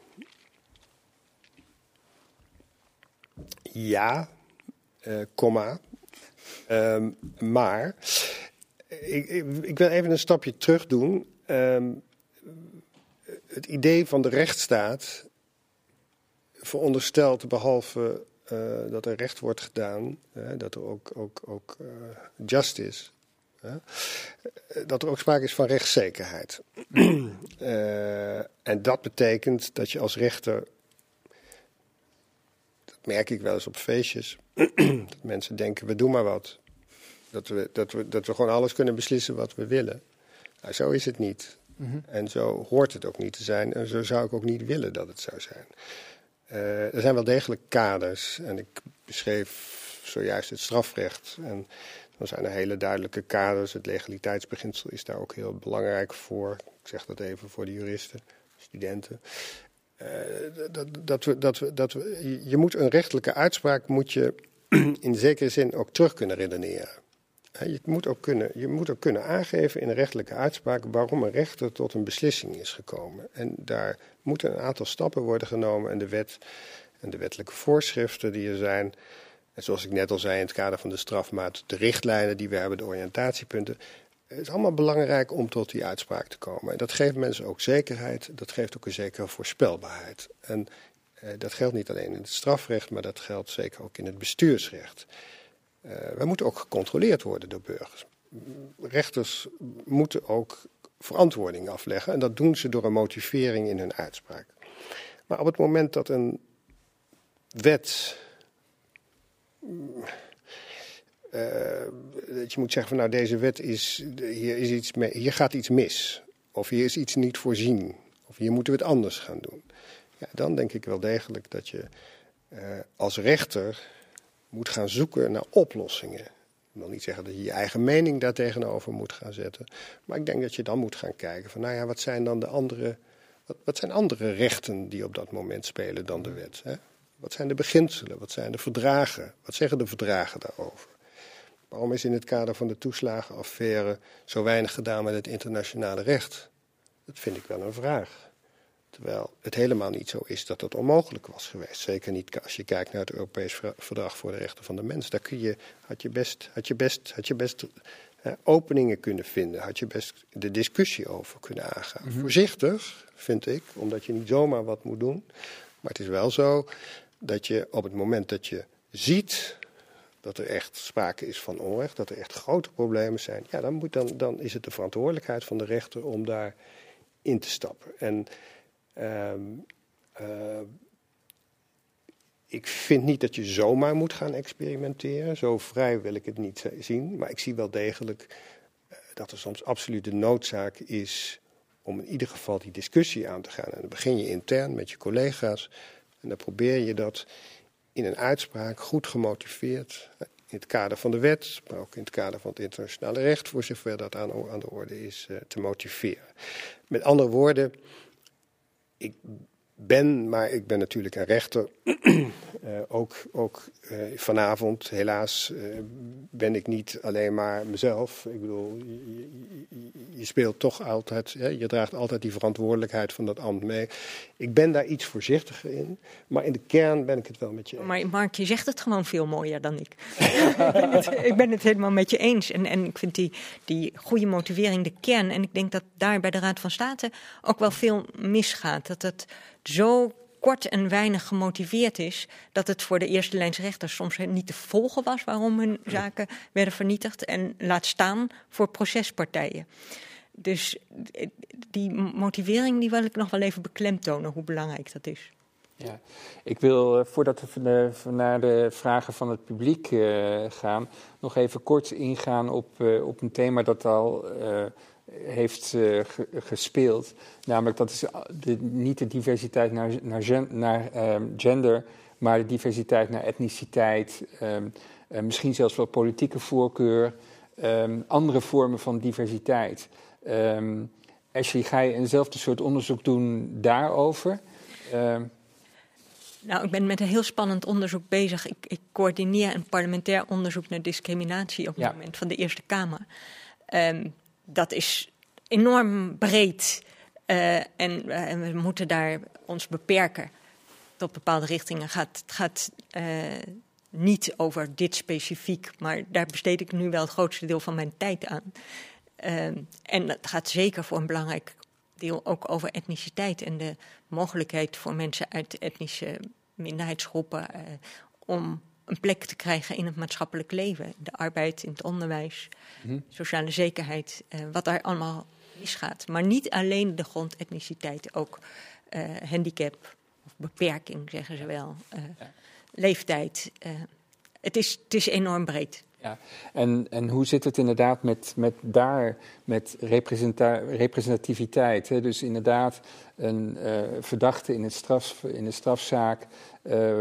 ja, uh, komma. Um, maar ik, ik, ik wil even een stapje terug doen. Um, het idee van de rechtsstaat veronderstelt, behalve uh, dat er recht wordt gedaan, uh, dat er ook, ook, ook uh, justice, uh, dat er ook sprake is van rechtszekerheid. uh, en dat betekent dat je als rechter, dat merk ik wel eens op feestjes, dat mensen denken, we doen maar wat. Dat we, dat, we, dat we gewoon alles kunnen beslissen wat we willen. Nou, zo is het niet. Mm-hmm. En zo hoort het ook niet te zijn. En zo zou ik ook niet willen dat het zou zijn. Uh, er zijn wel degelijk kaders. En ik beschreef zojuist het strafrecht. En dan zijn er hele duidelijke kaders. Het legaliteitsbeginsel is daar ook heel belangrijk voor. Ik zeg dat even voor de juristen, studenten. Uh, dat, dat we, dat we, dat we, je moet een rechtelijke uitspraak moet je in zekere zin ook terug kunnen redeneren. Je moet, ook kunnen, je moet ook kunnen aangeven in een rechtelijke uitspraak waarom een rechter tot een beslissing is gekomen. En daar moeten een aantal stappen worden genomen en de wet en de wettelijke voorschriften die er zijn. En zoals ik net al zei in het kader van de strafmaat, de richtlijnen die we hebben, de oriëntatiepunten. Het is allemaal belangrijk om tot die uitspraak te komen. En dat geeft mensen ook zekerheid, dat geeft ook een zekere voorspelbaarheid. En eh, dat geldt niet alleen in het strafrecht, maar dat geldt zeker ook in het bestuursrecht. Uh, wij moeten ook gecontroleerd worden door burgers. Rechters moeten ook verantwoording afleggen. En dat doen ze door een motivering in hun uitspraak. Maar op het moment dat een wet... Uh, dat je moet zeggen van nou deze wet is... Hier, is iets mee, hier gaat iets mis. Of hier is iets niet voorzien. Of hier moeten we het anders gaan doen. Ja, dan denk ik wel degelijk dat je uh, als rechter... moet gaan zoeken naar oplossingen. Ik wil niet zeggen dat je je eigen mening daar tegenover moet gaan zetten. Maar ik denk dat je dan moet gaan kijken van, nou ja, wat zijn dan de andere Wat, wat zijn andere rechten die op dat moment spelen dan de wet? Hè? Wat zijn de beginselen? Wat zijn de verdragen? Wat zeggen de verdragen daarover? Waarom is in het kader van de toeslagenaffaire zo weinig gedaan met het internationale recht? Dat vind ik wel een vraag. Terwijl het helemaal niet zo is dat het onmogelijk was geweest. Zeker niet als je kijkt naar het Europees Verdrag voor de Rechten van de Mens. Daar kun je, had je best, had je best, had je best eh, openingen kunnen vinden. Had je best de discussie over kunnen aangaan. Mm-hmm. Voorzichtig, vind ik, omdat je niet zomaar wat moet doen. Maar het is wel zo dat je op het moment dat je ziet dat er echt sprake is van onrecht, dat er echt grote problemen zijn, ja, dan, moet, dan, dan is het de verantwoordelijkheid van de rechter om daar in te stappen. En uh, uh, ik vind niet dat je zomaar moet gaan experimenteren. Zo vrij wil ik het niet zien. Maar ik zie wel degelijk uh, dat er soms absoluut de noodzaak is om in ieder geval die discussie aan te gaan. En dan begin je intern met je collega's en dan probeer je dat in een uitspraak goed gemotiveerd, in het kader van de wet, maar ook in het kader van het internationale recht, voor zover dat aan, aan de orde is, uh, te motiveren. Met andere woorden, ik ben, maar ik ben natuurlijk een rechter, uh, ook, ook uh, vanavond helaas uh, ben ik niet alleen maar mezelf. Ik bedoel, je, je, je speelt toch altijd, hè, je draagt altijd die verantwoordelijkheid van dat ambt mee. Ik ben daar iets voorzichtiger in, maar in de kern ben ik het wel met je eens. Maar Mark, je zegt het gewoon veel mooier dan ik. ik, ben het, ik ben het helemaal met je eens. En, en ik vind die, die goede motivering de kern. En ik denk dat daar bij de Raad van State ook wel veel misgaat. Dat het zo kort en weinig gemotiveerd is dat het voor de eerste lijns rechters soms niet te volgen was waarom hun zaken werden vernietigd en laat staan voor procespartijen. Dus die motivering die wil ik nog wel even beklemtonen, hoe belangrijk dat is. Ja, ik wil, voordat we naar de vragen van het publiek uh, gaan, nog even kort ingaan op, uh, op een thema dat al uh, heeft uh, ge- gespeeld. Namelijk, dat is de, niet de diversiteit naar, naar, gen, naar um, gender, maar de diversiteit naar etniciteit, um, uh, misschien zelfs wel politieke voorkeur, um, andere vormen van diversiteit. Um, Ashley, ga je eenzelfde soort onderzoek doen daarover? Um, Nou, ik ben met een heel spannend onderzoek bezig. Ik, ik coördineer een parlementair onderzoek naar discriminatie op het ja. moment van de Eerste Kamer. Um, dat is enorm breed uh, en uh, we moeten daar ons beperken tot bepaalde richtingen. Gaat, het gaat uh, niet over dit specifiek, maar daar besteed ik nu wel het grootste deel van mijn tijd aan. Um, en het gaat zeker voor een belangrijk deel ook over etniciteit en de mogelijkheid voor mensen uit etnische minderheidsgroepen uh, om een plek te krijgen in het maatschappelijk leven. De arbeid, in het onderwijs, mm-hmm. sociale zekerheid, uh, wat daar allemaal misgaat. Maar niet alleen de grond etniciteit, ook uh, handicap of beperking, zeggen ze wel, uh, ja. leeftijd. Uh, het is, het is enorm breed. Ja, en, en hoe zit het inderdaad met, met daar, met representa- representativiteit? Hè? Dus inderdaad een uh, verdachte in, het straf, in de strafzaak uh,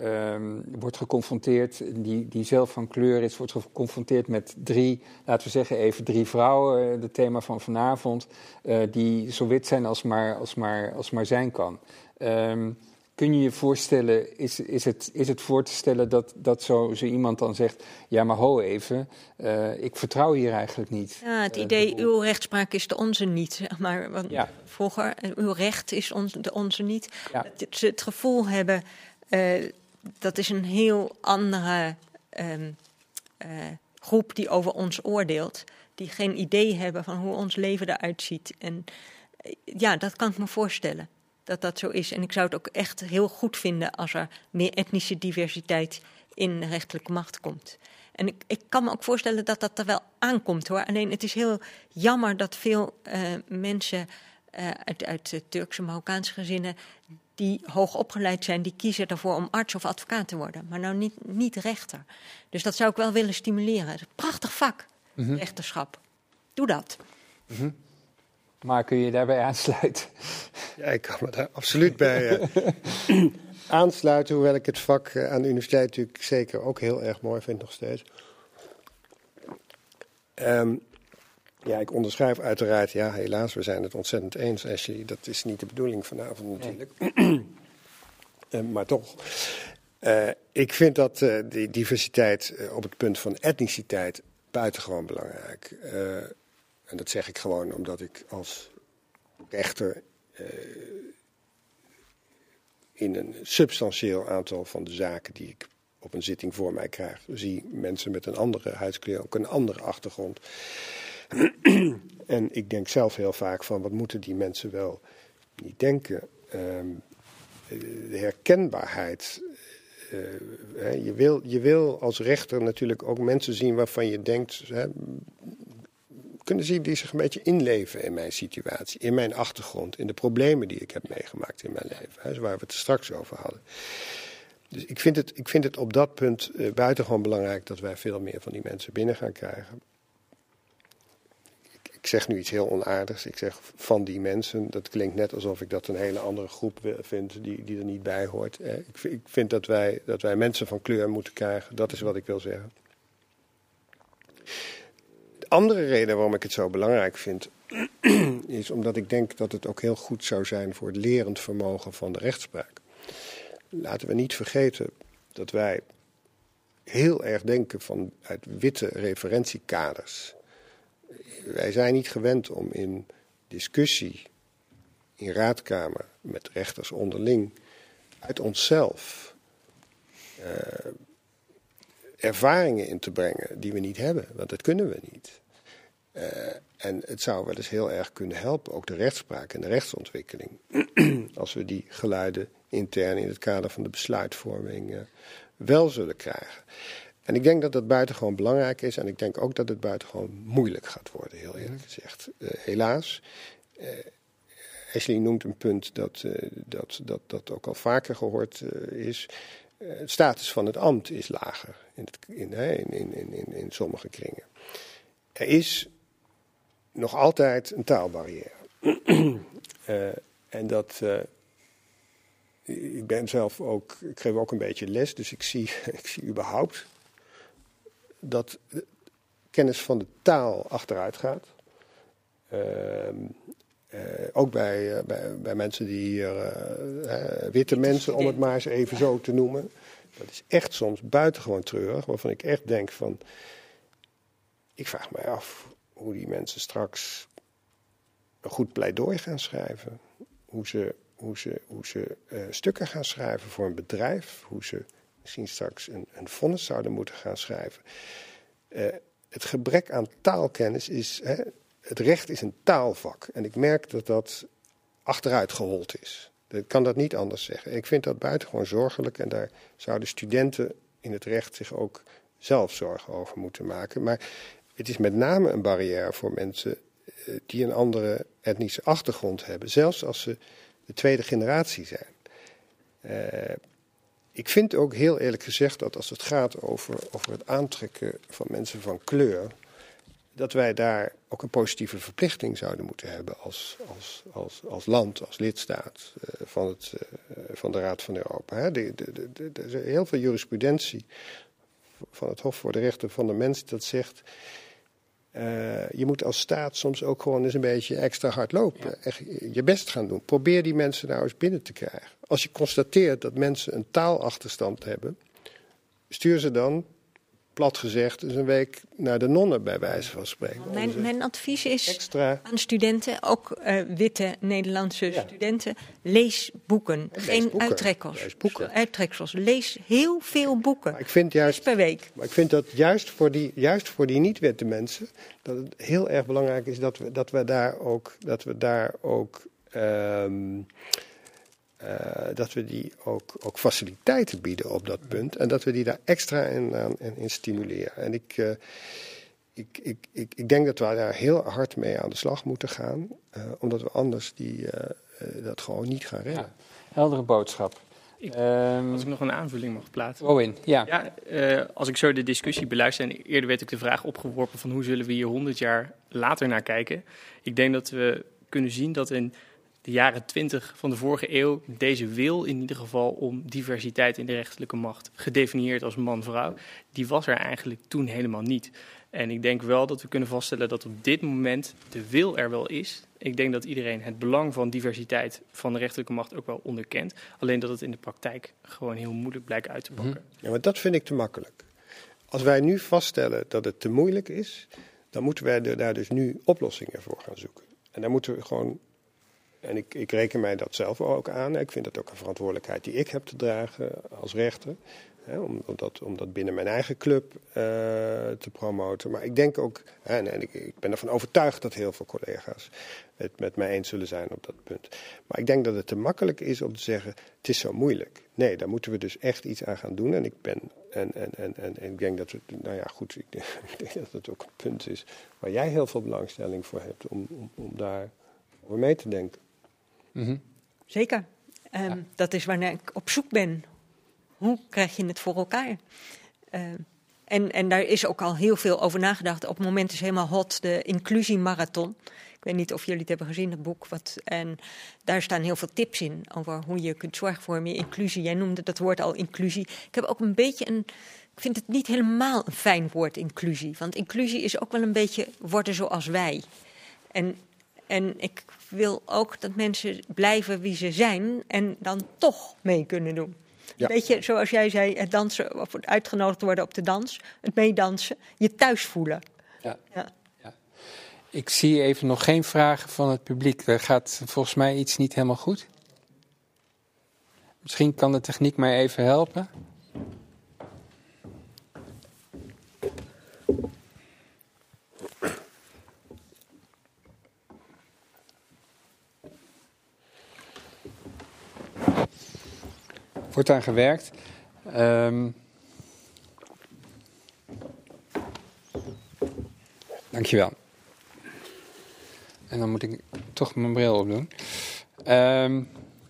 um, wordt geconfronteerd, die, die zelf van kleur is, wordt geconfronteerd met drie, laten we zeggen even drie vrouwen, het thema van vanavond, uh, die zo wit zijn als maar, als maar, als maar zijn kan. Um, Kun je je voorstellen, is, is, het, is het voor te stellen dat, dat zo, zo iemand dan zegt, ja maar ho even, uh, ik vertrouw hier eigenlijk niet. Ja, het idee, uh, uw rechtspraak is de onze niet. Maar want ja. vroeger, uw recht is ons, de onze niet. Ja. Dat ze het gevoel hebben, uh, dat is een heel andere um, uh, groep die over ons oordeelt. Die geen idee hebben van hoe ons leven eruit ziet. En uh, ja, dat kan ik me voorstellen. Dat dat zo is. En ik zou het ook echt heel goed vinden als er meer etnische diversiteit in de rechterlijke macht komt. En ik, ik kan me ook voorstellen dat dat er wel aankomt hoor. Alleen het is heel jammer dat veel uh, mensen uh, uit, uit Turkse, Marokkaanse gezinnen die hoog opgeleid zijn, die kiezen ervoor om arts of advocaat te worden. Maar nou niet, niet rechter. Dus dat zou ik wel willen stimuleren. Het is een prachtig vak, mm-hmm. rechterschap. Doe dat. Mm-hmm. Maar kun je daarbij aansluiten? Ja, ik kan me daar absoluut bij uh, aansluiten. Hoewel ik het vak uh, aan de universiteit natuurlijk zeker ook heel erg mooi vind nog steeds. Um, Ja, ik onderschrijf uiteraard, ja, helaas, we zijn het ontzettend eens, Ashley. Dat is niet de bedoeling vanavond natuurlijk. Nee. uh, maar toch. Uh, ik vind dat uh, die diversiteit uh, op het punt van etniciteit buitengewoon belangrijk. Uh, en dat zeg ik gewoon omdat ik als rechter uh, in een substantieel aantal van de zaken die ik op een zitting voor mij krijg, zie mensen met een andere huidskleur, ook een andere achtergrond. En ik denk zelf heel vaak van, wat moeten die mensen wel niet denken? Um, de herkenbaarheid. Uh, je, wil, je wil als rechter natuurlijk ook mensen zien waarvan je denkt, hè, kunnen zien die zich een beetje inleven in mijn situatie, in mijn achtergrond, in de problemen die ik heb meegemaakt in mijn leven, hè, waar we het er straks over hadden. Dus ik vind het, ik vind het op dat punt uh, buitengewoon belangrijk dat wij veel meer van die mensen binnen gaan krijgen. Ik, ik zeg nu iets heel onaardigs. Ik zeg van die mensen. Dat klinkt net alsof ik dat een hele andere groep vind die, die er niet bij hoort. Eh, ik, ik vind dat wij, dat wij mensen van kleur moeten krijgen. Dat is wat ik wil zeggen. De andere reden waarom ik het zo belangrijk vind, is omdat ik denk dat het ook heel goed zou zijn voor het lerend vermogen van de rechtspraak. Laten we niet vergeten dat wij heel erg denken vanuit witte referentiekaders. Wij zijn niet gewend om in discussie, in raadkamer, met rechters onderling, uit onszelf uh, ervaringen in te brengen die we niet hebben, want dat kunnen we niet. Uh, en het zou wel eens heel erg kunnen helpen, ook de rechtspraak en de rechtsontwikkeling, als we die geluiden intern in het kader van de besluitvorming uh, wel zullen krijgen. En ik denk dat dat buitengewoon belangrijk is en ik denk ook dat het buitengewoon moeilijk gaat worden, heel eerlijk gezegd. Uh, helaas. Uh, Ashley noemt een punt dat, uh, dat, dat, dat ook al vaker gehoord uh, is. Uh, het status van het ambt is lager in, het, in, in, in, in, in sommige kringen. Er is nog altijd een taalbarrière. uh, en dat... Uh, ik ben zelf ook, ik geef ook een beetje les, dus ik zie, ik zie überhaupt dat de kennis van de taal achteruit gaat. Uh, uh, ook bij, uh, bij, bij mensen die hier, uh, uh, witte mensen, om het maar eens even zo te noemen. Dat is echt soms buitengewoon treurig, waarvan ik echt denk van, ik vraag mij af hoe die mensen straks een goed pleidooi gaan schrijven. Hoe ze, hoe ze, hoe ze uh, stukken gaan schrijven voor een bedrijf. Hoe ze misschien straks een, een vonnis zouden moeten gaan schrijven. Uh, het gebrek aan taalkennis is, hè, het recht is een taalvak. En ik merk dat dat achteruit gehold is. Ik kan dat niet anders zeggen. Ik vind dat buitengewoon zorgelijk en daar zouden studenten in het recht zich ook zelf zorgen over moeten maken. Maar het is met name een barrière voor mensen uh, die een andere etnische achtergrond hebben. Zelfs als ze de tweede generatie zijn. Uh, ik vind ook heel eerlijk gezegd dat als het gaat over, over het aantrekken van mensen van kleur, dat wij daar ook een positieve verplichting zouden moeten hebben als, als, als, als land, als lidstaat uh, van, het, uh, van de Raad van Europa. Hè. De, de, de, de, er is heel veel jurisprudentie van het Hof voor de Rechten van de Mens dat zegt, Uh, je moet als staat soms ook gewoon eens een beetje extra hard lopen. Ja. Echt je best gaan doen. Probeer die mensen nou eens binnen te krijgen. Als je constateert dat mensen een taalachterstand hebben, stuur ze dan, plat gezegd, eens een week naar de nonnen bij wijze van spreken. Mijn, mijn advies is extra aan studenten, ook uh, witte Nederlandse ja. studenten, lees boeken. Ja, lees geen boeken. uittrekkers. Lees boeken. uittreksels. Lees heel veel boeken. Maar ik vind juist, per week. Maar ik vind dat juist voor die, juist voor die niet-witte mensen, dat het heel erg belangrijk is dat we, dat we daar ook, dat we daar ook um, Uh, dat we die ook, ook faciliteiten bieden op dat punt. En dat we die daar extra in, aan, in stimuleren. En ik, uh, ik, ik, ik, ik denk dat we daar heel hard mee aan de slag moeten gaan. Uh, omdat we anders die, uh, uh, dat gewoon niet gaan redden. Ja, heldere boodschap. Ik, um, als ik nog een aanvulling mag plaatsen. Owen, ja. ja uh, als ik zo de discussie beluister, en eerder werd ook de vraag opgeworpen van hoe zullen we hier honderd jaar later naar kijken. Ik denk dat we kunnen zien dat in de jaren twintig van de vorige eeuw, deze wil in ieder geval om diversiteit in de rechterlijke macht, gedefinieerd als man-vrouw, die was er eigenlijk toen helemaal niet. En ik denk wel dat we kunnen vaststellen dat op dit moment de wil er wel is. Ik denk dat iedereen het belang van diversiteit van de rechterlijke macht ook wel onderkent. Alleen dat het in de praktijk gewoon heel moeilijk blijkt uit te pakken. Ja, maar dat vind ik te makkelijk. Als wij nu vaststellen dat het te moeilijk is, dan moeten wij er daar dus nu oplossingen voor gaan zoeken. En dan moeten we gewoon, en ik, ik reken mij dat zelf ook aan, ik vind dat ook een verantwoordelijkheid die ik heb te dragen als rechter. Hè, om, om, dat, om dat binnen mijn eigen club uh, te promoten. Maar ik denk ook, en, en ik, ik ben ervan overtuigd dat heel veel collega's het met mij eens zullen zijn op dat punt. Maar ik denk dat het te makkelijk is om te zeggen, het is zo moeilijk. Nee, daar moeten we dus echt iets aan gaan doen. En ik ben, en, en, en, en, en ik denk dat het, nou ja goed, ik denk, ik denk dat het ook een punt is waar jij heel veel belangstelling voor hebt om, om, om daar over mee te denken. Mm-hmm. Zeker. Um, ja. Dat is waarnaar ik op zoek ben. Hoe krijg je het voor elkaar? Uh, en, en daar is ook al heel veel over nagedacht. Op het moment is helemaal hot de inclusiemarathon. Ik weet niet of jullie het hebben gezien, het boek. Wat, en daar staan heel veel tips in over hoe je kunt zorgen voor meer inclusie. Jij noemde dat woord al inclusie. Ik heb ook een beetje een... Ik vind het niet helemaal een fijn woord, inclusie. Want inclusie is ook wel een beetje worden zoals wij. En, en ik wil ook dat mensen blijven wie ze zijn en dan toch mee kunnen doen. Ja. Weet je, zoals jij zei, het dansen, of uitgenodigd worden op de dans, het meedansen, je thuis voelen. Ja. Ja. Ja. Ik zie even nog geen vragen van het publiek. Er gaat volgens mij iets niet helemaal goed. Misschien kan de techniek mij even helpen. Wordt aan gewerkt. Um, dankjewel. En dan moet ik toch mijn bril opdoen. Um,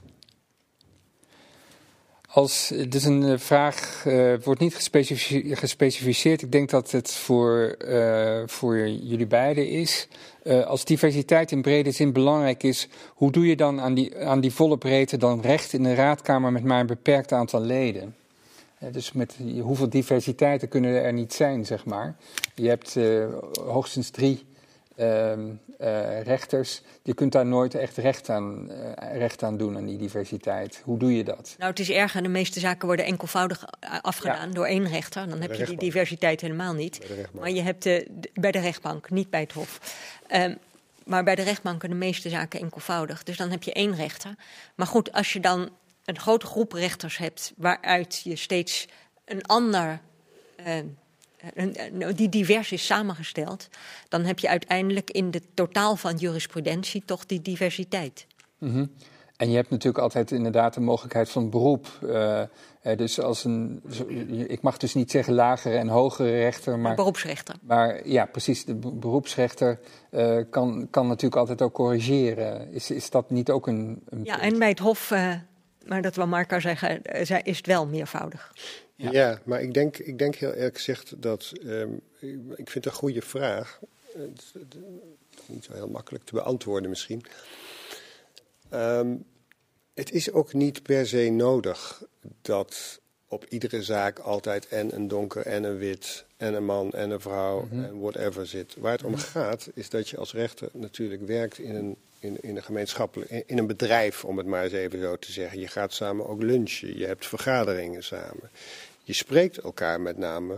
als, dus een vraag uh, wordt niet gespecificeerd, gespecificeerd. Ik denk dat het voor, uh, voor jullie beiden is. Uh, als diversiteit in brede zin belangrijk is, hoe doe je dan aan die, aan die volle breedte dan recht in de raadkamer met maar een beperkt aantal leden? Uh, dus met hoeveel diversiteiten kunnen er niet zijn, zeg maar. Je hebt uh, hoogstens drie uh, uh, rechters. Je kunt daar nooit echt recht aan, uh, recht aan doen, aan die diversiteit. Hoe doe je dat? Nou, het is erger. De meeste zaken worden enkelvoudig afgedaan ja. door één rechter. Dan heb je die diversiteit helemaal niet. Maar je hebt de, de, bij de rechtbank, niet bij het hof. Um, maar bij de rechtbanken de meeste zaken enkelvoudig. Dus dan heb je één rechter. Maar goed, als je dan een grote groep rechters hebt waaruit je steeds een ander... Uh, die divers is samengesteld, dan heb je uiteindelijk in de totaal van jurisprudentie toch die diversiteit. Mm-hmm. En je hebt natuurlijk altijd inderdaad de mogelijkheid van beroep. Uh, dus als een, ik mag dus niet zeggen lagere en hogere rechter, maar... Een beroepsrechter. Maar ja, precies, de beroepsrechter uh, kan, kan natuurlijk altijd ook corrigeren. Is, is dat niet ook een... een ja, en bij het hof, uh, maar dat wil Marco zeggen, uh, is het wel meervoudig. Ja. ja, maar ik denk, ik denk heel eerlijk gezegd dat, um, ik vind het een goede vraag. Het is niet zo heel makkelijk te beantwoorden misschien. Um, het is ook niet per se nodig dat op iedere zaak altijd en een donker en een wit en een man en een vrouw mm-hmm. en whatever zit. Waar het om gaat is dat je als rechter natuurlijk werkt in een, in, in een gemeenschappelijk, in, in een bedrijf, om het maar eens even zo te zeggen. Je gaat samen ook lunchen, je hebt vergaderingen samen. Je spreekt elkaar met name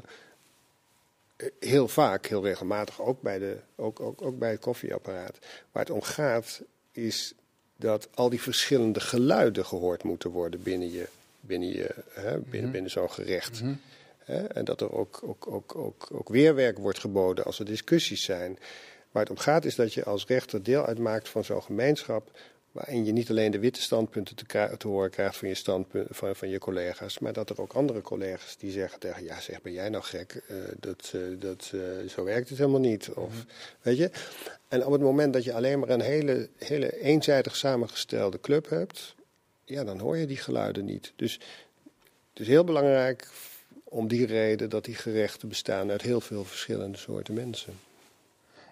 heel vaak, heel regelmatig, ook bij, de, ook, ook, ook bij het koffieapparaat. Waar het om gaat is dat al die verschillende geluiden gehoord moeten worden binnen, je, binnen, je, hè, binnen, mm-hmm. binnen zo'n gerecht. Mm-hmm. Hè, en dat er ook, ook, ook, ook, ook weerwerk wordt geboden als er discussies zijn. Waar het om gaat is dat je als rechter deel uitmaakt van zo'n gemeenschap, waarin je niet alleen de witte standpunten te, te horen krijgt van je, standpunt, van, van je collega's, maar dat er ook andere collega's die zeggen tegen, ja zeg, ben jij nou gek? Uh, dat, uh, dat, uh, zo werkt het helemaal niet. Of, mm-hmm. weet je? En op het moment dat je alleen maar een hele, hele eenzijdig samengestelde club hebt, ja, dan hoor je die geluiden niet. Dus het is heel belangrijk om die reden dat die gerechten bestaan uit heel veel verschillende soorten mensen.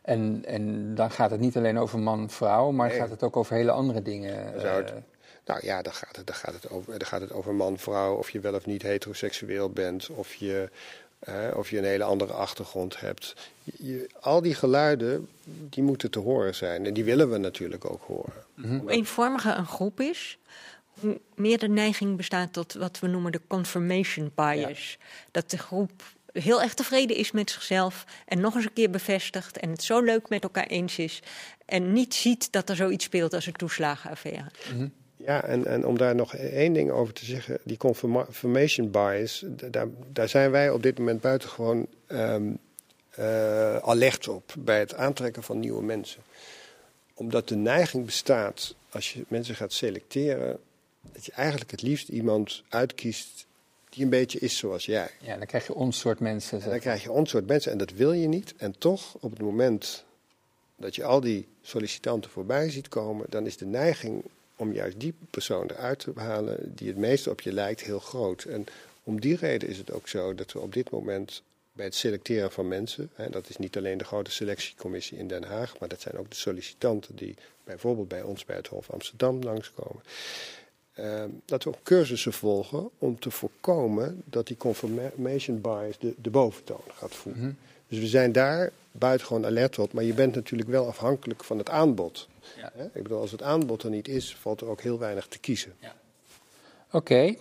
En, en dan gaat het niet alleen over man-vrouw, maar Nee. gaat het ook over hele andere dingen. Dan zou het- eh, Nou ja, dan gaat het, dan gaat het, over, dan gaat het over man, vrouw, of je wel of niet heteroseksueel bent, of je, eh, of je een hele andere achtergrond hebt. Je, je- al die geluiden, die moeten te horen zijn. En die willen we natuurlijk ook horen. Hoe eenvormiger een groep is, hoe meer de neiging bestaat tot wat we noemen de confirmation bias. Dat de groep heel erg tevreden is met zichzelf en nog eens een keer bevestigt en het zo leuk met elkaar eens is en niet ziet dat er zoiets speelt als een toeslagenaffaire. Ja, en, en om daar nog één ding over te zeggen, die confirmation bias, d- daar, daar zijn wij op dit moment buitengewoon um, uh, alert op bij het aantrekken van nieuwe mensen. Omdat de neiging bestaat, als je mensen gaat selecteren, dat je eigenlijk het liefst iemand uitkiest die een beetje is zoals jij. ja, dan krijg je ons soort mensen. En dan krijg je ons soort mensen en dat wil je niet. En toch, op het moment dat je al die sollicitanten voorbij ziet komen, dan is de neiging om juist die persoon eruit te halen die het meeste op je lijkt heel groot. En om die reden is het ook zo dat we op dit moment bij het selecteren van mensen, hè, dat is niet alleen de grote selectiecommissie in Den Haag, maar dat zijn ook de sollicitanten die bijvoorbeeld bij ons bij het Hof Amsterdam langskomen. Uh, dat we ook cursussen volgen om te voorkomen dat die confirmation bias de, de boventoon gaat voeren. Mm-hmm. Dus we zijn daar buitengewoon alert op, maar je bent natuurlijk wel afhankelijk van het aanbod. Ja. Hè? Ik bedoel, als het aanbod er niet is, valt er ook heel weinig te kiezen. Oké. Okay.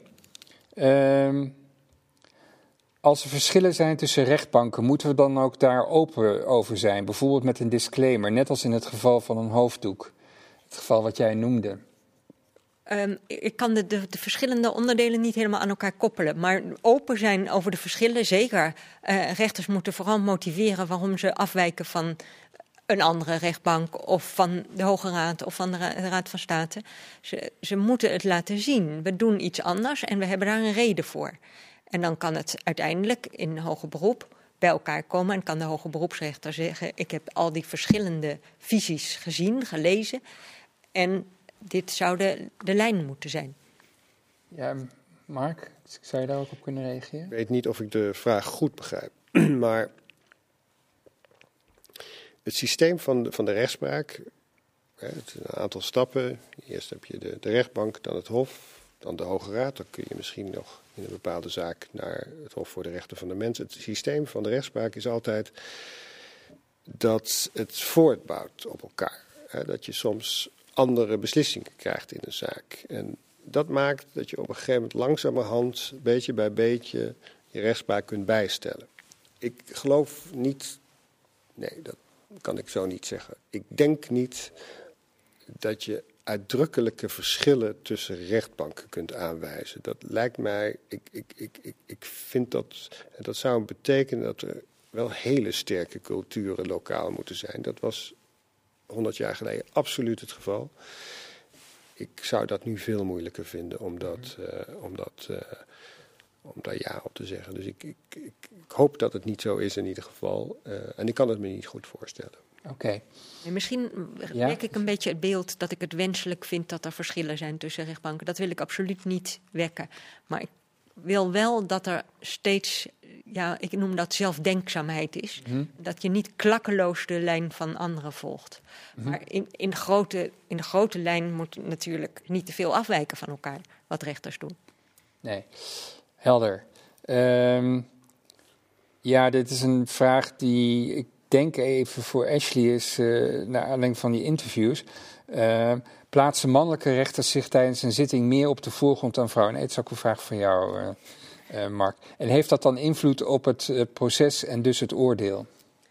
Um, als er verschillen zijn tussen rechtbanken, moeten we dan ook daar open over zijn? Bijvoorbeeld met een disclaimer, net als in het geval van een hoofddoek. Het geval wat jij noemde. Um, ik kan de, de, de verschillende onderdelen niet helemaal aan elkaar koppelen. Maar open zijn over de verschillen, zeker. Uh, rechters moeten vooral motiveren waarom ze afwijken van een andere rechtbank of van de Hoge Raad of van de, Ra- de Raad van State. Ze, ze moeten het laten zien. We doen iets anders en we hebben daar een reden voor. En dan kan het uiteindelijk in hoger beroep bij elkaar komen en kan de hoge beroepsrechter zeggen: ik heb al die verschillende visies gezien, gelezen en dit zou de, de lijn moeten zijn. Ja, Mark, zou je daar ook op kunnen reageren? Ik weet niet of ik de vraag goed begrijp, maar het systeem van de, van de rechtspraak, hè, het een aantal stappen. Eerst heb je de, de rechtbank, dan het Hof, dan de Hoge Raad. Dan kun je misschien nog in een bepaalde zaak naar het Hof voor de Rechten van de Mens. Het systeem van de rechtspraak is altijd dat het voortbouwt op elkaar. Hè, dat je soms andere beslissingen krijgt in een zaak. En dat maakt dat je op een gegeven moment langzamerhand, beetje bij beetje, je rechtspraak kunt bijstellen. Ik geloof niet, nee, dat kan ik zo niet zeggen. Ik denk niet dat je uitdrukkelijke verschillen tussen rechtbanken kunt aanwijzen. Dat lijkt mij, ik, ik, ik, ik, ik vind dat, dat zou betekenen dat er wel hele sterke culturen lokaal moeten zijn. Dat was honderd jaar geleden absoluut het geval. Ik zou dat nu veel moeilijker vinden om dat, uh, om dat, uh, om daar ja op te zeggen. Dus ik, ik, ik, ik hoop dat het niet zo is in ieder geval. Uh, en ik kan het me niet goed voorstellen. Oké. Okay. En misschien Ja? wek ik een beetje het beeld dat ik het wenselijk vind dat er verschillen zijn tussen rechtbanken. Dat wil ik absoluut niet wekken. Maar ik wil wel dat er steeds, ja, ik noem dat zelfdenkzaamheid is. Mm-hmm. Dat je niet klakkeloos de lijn van anderen volgt. Mm-hmm. Maar in, in, de grote, in de grote lijn moet natuurlijk niet te veel afwijken van elkaar, wat rechters doen. Nee, helder. Um, ja, dit is een vraag die ik denk even voor Ashley is, uh, naar aanleiding van die interviews. Uh, plaatsen mannelijke rechters zich tijdens een zitting meer op de voorgrond dan vrouwen? Nee, dat is ook een vraag van jou, uh, uh, Mark. En heeft dat dan invloed op het uh, proces en dus het oordeel?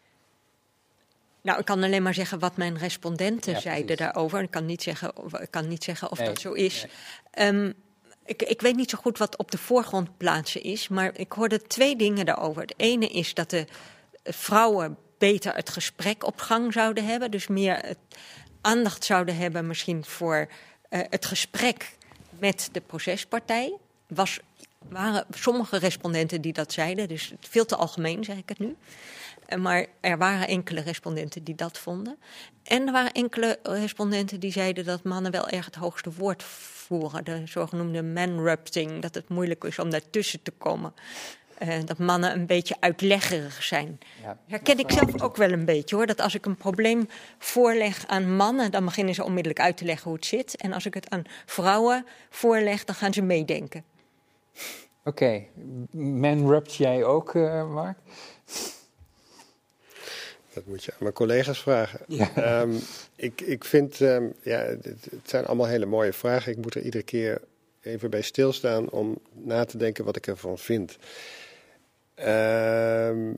Nou, ik kan alleen maar zeggen wat mijn respondenten ja, zeiden precies. daarover. Ik kan niet zeggen, ik kan niet zeggen of nee, dat zo is. Nee. Um, ik, ik weet niet zo goed wat op de voorgrond plaatsen is, maar ik hoorde twee dingen daarover. Het ene is dat de vrouwen beter het gesprek op gang zouden hebben. Dus meer het aandacht zouden hebben misschien voor uh, het gesprek met de procespartij. Was, waren sommige respondenten die dat zeiden, dus veel te algemeen zeg ik het nu. Uh, maar er waren enkele respondenten die dat vonden. En er waren enkele respondenten die zeiden dat mannen wel erg het hoogste woord voeren. De zogenoemde man-rupting, dat het moeilijk is om daartussen te komen. uh, dat mannen een beetje uitleggerig zijn. Ja. Herken ik zelf ook wel een beetje hoor. Dat als ik een probleem voorleg aan mannen, dan beginnen ze onmiddellijk uit te leggen hoe het zit. En als ik het aan vrouwen voorleg, dan gaan ze meedenken. Oké, okay. Man-rupt jij ook, uh, Mark? Dat moet je aan mijn collega's vragen. Ja. Um, ik, ik vind, um, ja, het, het zijn allemaal hele mooie vragen. Ik moet er iedere keer even bij stilstaan om na te denken wat ik ervan vind. Um,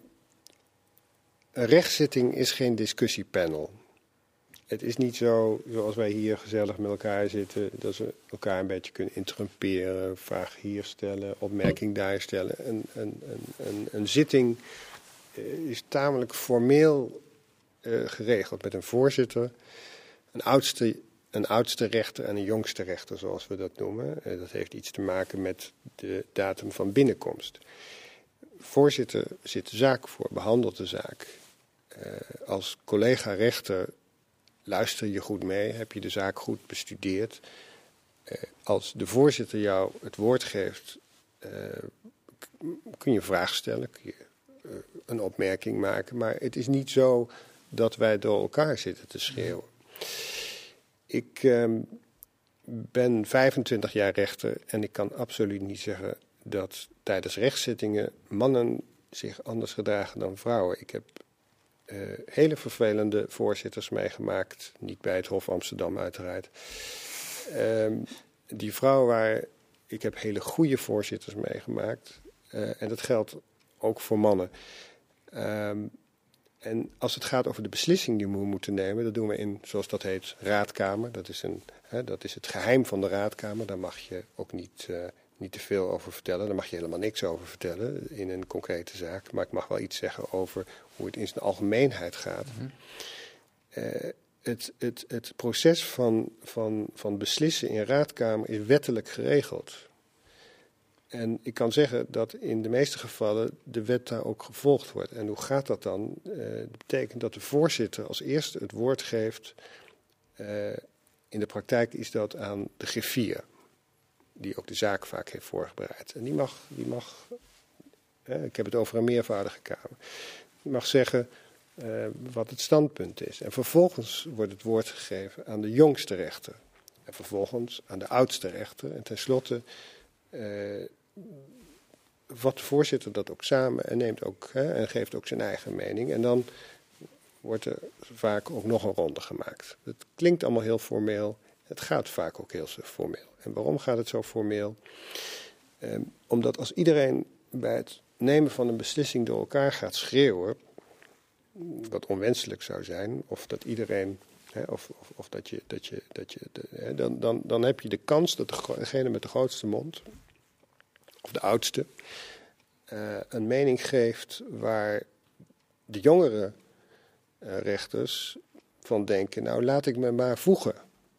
een rechtszitting is geen discussiepanel. Het is niet zo, zoals wij hier gezellig met elkaar zitten, dat ze elkaar een beetje kunnen interrumperen, vraag hier stellen, opmerking daar stellen. Een, een, een, een, een zitting is tamelijk formeel uh, geregeld met een voorzitter, een oudste, een oudste rechter en een jongste rechter, zoals we dat noemen. Uh, dat heeft iets te maken met de datum van binnenkomst. Voorzitter zit de zaak voor, behandelt de zaak. Uh, als collega-rechter luister je goed mee, heb je de zaak goed bestudeerd. Uh, als de voorzitter jou het woord geeft, uh, kun je een vraag stellen, kun je uh, een opmerking maken. Maar het is niet zo dat wij door elkaar zitten te schreeuwen. Ik uh, ben vijfentwintig jaar rechter en ik kan absoluut niet zeggen dat tijdens rechtszittingen mannen zich anders gedragen dan vrouwen. Ik heb uh, hele vervelende voorzitters meegemaakt, niet bij het Hof Amsterdam uiteraard. Uh, die vrouwen waren, ik heb hele goede voorzitters meegemaakt uh, en dat geldt ook voor mannen. Uh, en als het gaat over de beslissing die we moeten nemen, dat doen we in, zoals dat heet, raadkamer. Dat is, een, hè, dat is het geheim van de raadkamer, daar mag je ook niet... Uh, niet te veel over vertellen. Daar mag je helemaal niks over vertellen in een concrete zaak. Maar ik mag wel iets zeggen over hoe het in zijn algemeenheid gaat. Mm-hmm. Uh, het, het, het proces van, van, van beslissen in raadkamer is wettelijk geregeld. En ik kan zeggen dat in de meeste gevallen de wet daar ook gevolgd wordt. En hoe gaat dat dan? Uh, dat betekent dat de voorzitter als eerste het woord geeft. Uh, in de praktijk is dat aan de griffier, die ook de zaak vaak heeft voorbereid. En die mag, die mag hè, ik heb het over een meervoudige kamer, die mag zeggen uh, wat het standpunt is. En vervolgens wordt het woord gegeven aan de jongste rechter. En vervolgens aan de oudste rechter. En tenslotte uh, vat de voorzitter dat ook samen en, neemt ook, hè, en geeft ook zijn eigen mening. En dan wordt er vaak ook nog een ronde gemaakt. Het klinkt allemaal heel formeel. Het gaat vaak ook heel formeel. En waarom gaat het zo formeel? Eh, omdat als iedereen bij het nemen van een beslissing door elkaar gaat schreeuwen, wat onwenselijk zou zijn, of dat iedereen, hè, of, of, of dat je, dat je, dat je, de, hè, dan, dan, dan heb je de kans dat degene met de grootste mond, of de oudste, uh, een mening geeft waar de jongere uh, rechters van denken, nou laat ik me maar voegen.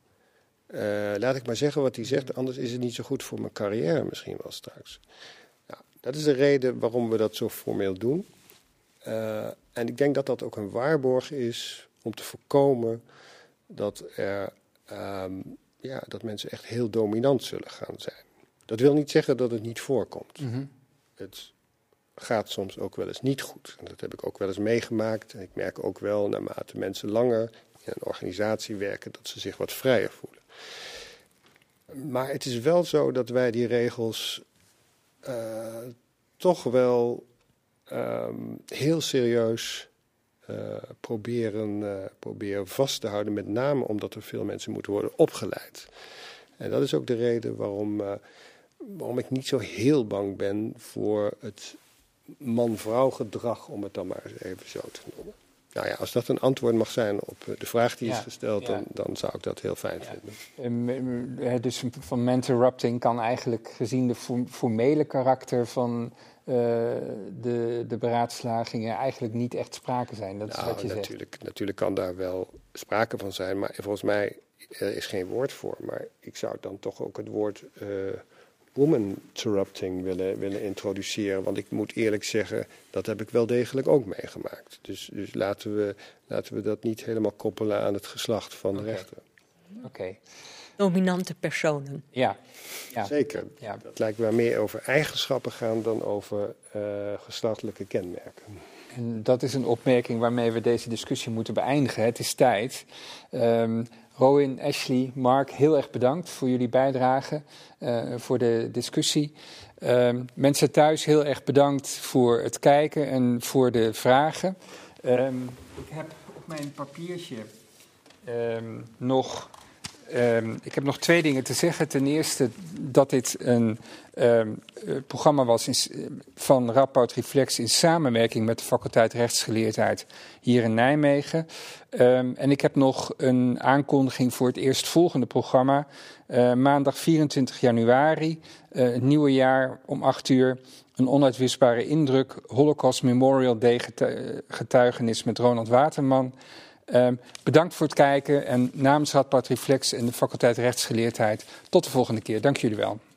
Uh, laat ik maar zeggen wat hij zegt, anders is het niet zo goed voor mijn carrière misschien wel straks. Nou, dat is de reden waarom we dat zo formeel doen. Uh, en ik denk dat dat ook een waarborg is om te voorkomen dat, er, um, ja, dat mensen echt heel dominant zullen gaan zijn. Dat wil niet zeggen dat het niet voorkomt. Mm-hmm. Het gaat soms ook wel eens niet goed. En dat heb ik ook wel eens meegemaakt. En ik merk ook wel, naarmate mensen langer in een organisatie werken, dat ze zich wat vrijer voelen. Maar het is wel zo dat wij die regels uh, toch wel um, heel serieus uh, proberen, uh, proberen vast te houden. Met name omdat er veel mensen moeten worden opgeleid. En dat is ook de reden waarom, uh, waarom ik niet zo heel bang ben voor het man-vrouw gedrag, om het dan maar eens even zo te noemen. Nou ja, als dat een antwoord mag zijn op de vraag die ja, is gesteld, ja. dan, dan zou ik dat heel fijn ja. vinden. Uh, dus van man-interrupting kan eigenlijk gezien de formele karakter van uh, de, de beraadslagingen eigenlijk niet echt sprake zijn. Dat is nou, wat je natuurlijk, zegt. Natuurlijk kan daar wel sprake van zijn, maar volgens mij er is geen woord voor. Maar ik zou dan toch ook het woord uh, woman-interrupting willen, willen introduceren. Want ik moet eerlijk zeggen, dat heb ik wel degelijk ook meegemaakt. Dus, dus laten, we, laten we dat niet helemaal koppelen aan het geslacht van de okay. rechter. Oké. Okay. dominante personen. Ja, ja. Zeker. Ja. Dat lijkt wel meer over eigenschappen gaan dan over uh, geslachtelijke kenmerken. En dat is een opmerking waarmee we deze discussie moeten beëindigen. Het is tijd. Um, Rowan, Ashley, Mark, heel erg bedankt voor jullie bijdrage, uh, voor de discussie. Um, mensen thuis, heel erg bedankt voor het kijken en voor de vragen. Um, ik heb op mijn papiertje um, nog... Um, ik heb nog twee dingen te zeggen. Ten eerste dat dit een um, uh, programma was in, van Radboud Reflex in samenwerking met de faculteit rechtsgeleerdheid hier in Nijmegen. Um, en ik heb nog een aankondiging voor het eerstvolgende programma. Uh, maandag vierentwintig januari, uh, het nieuwe jaar om acht uur. Een onuitwisbare indruk, Holocaust Memorial Day getuigenis met Ronald Waterman. Um, bedankt voor het kijken en namens Radboud Reflex en de faculteit rechtsgeleerdheid tot de volgende keer. Dank jullie wel.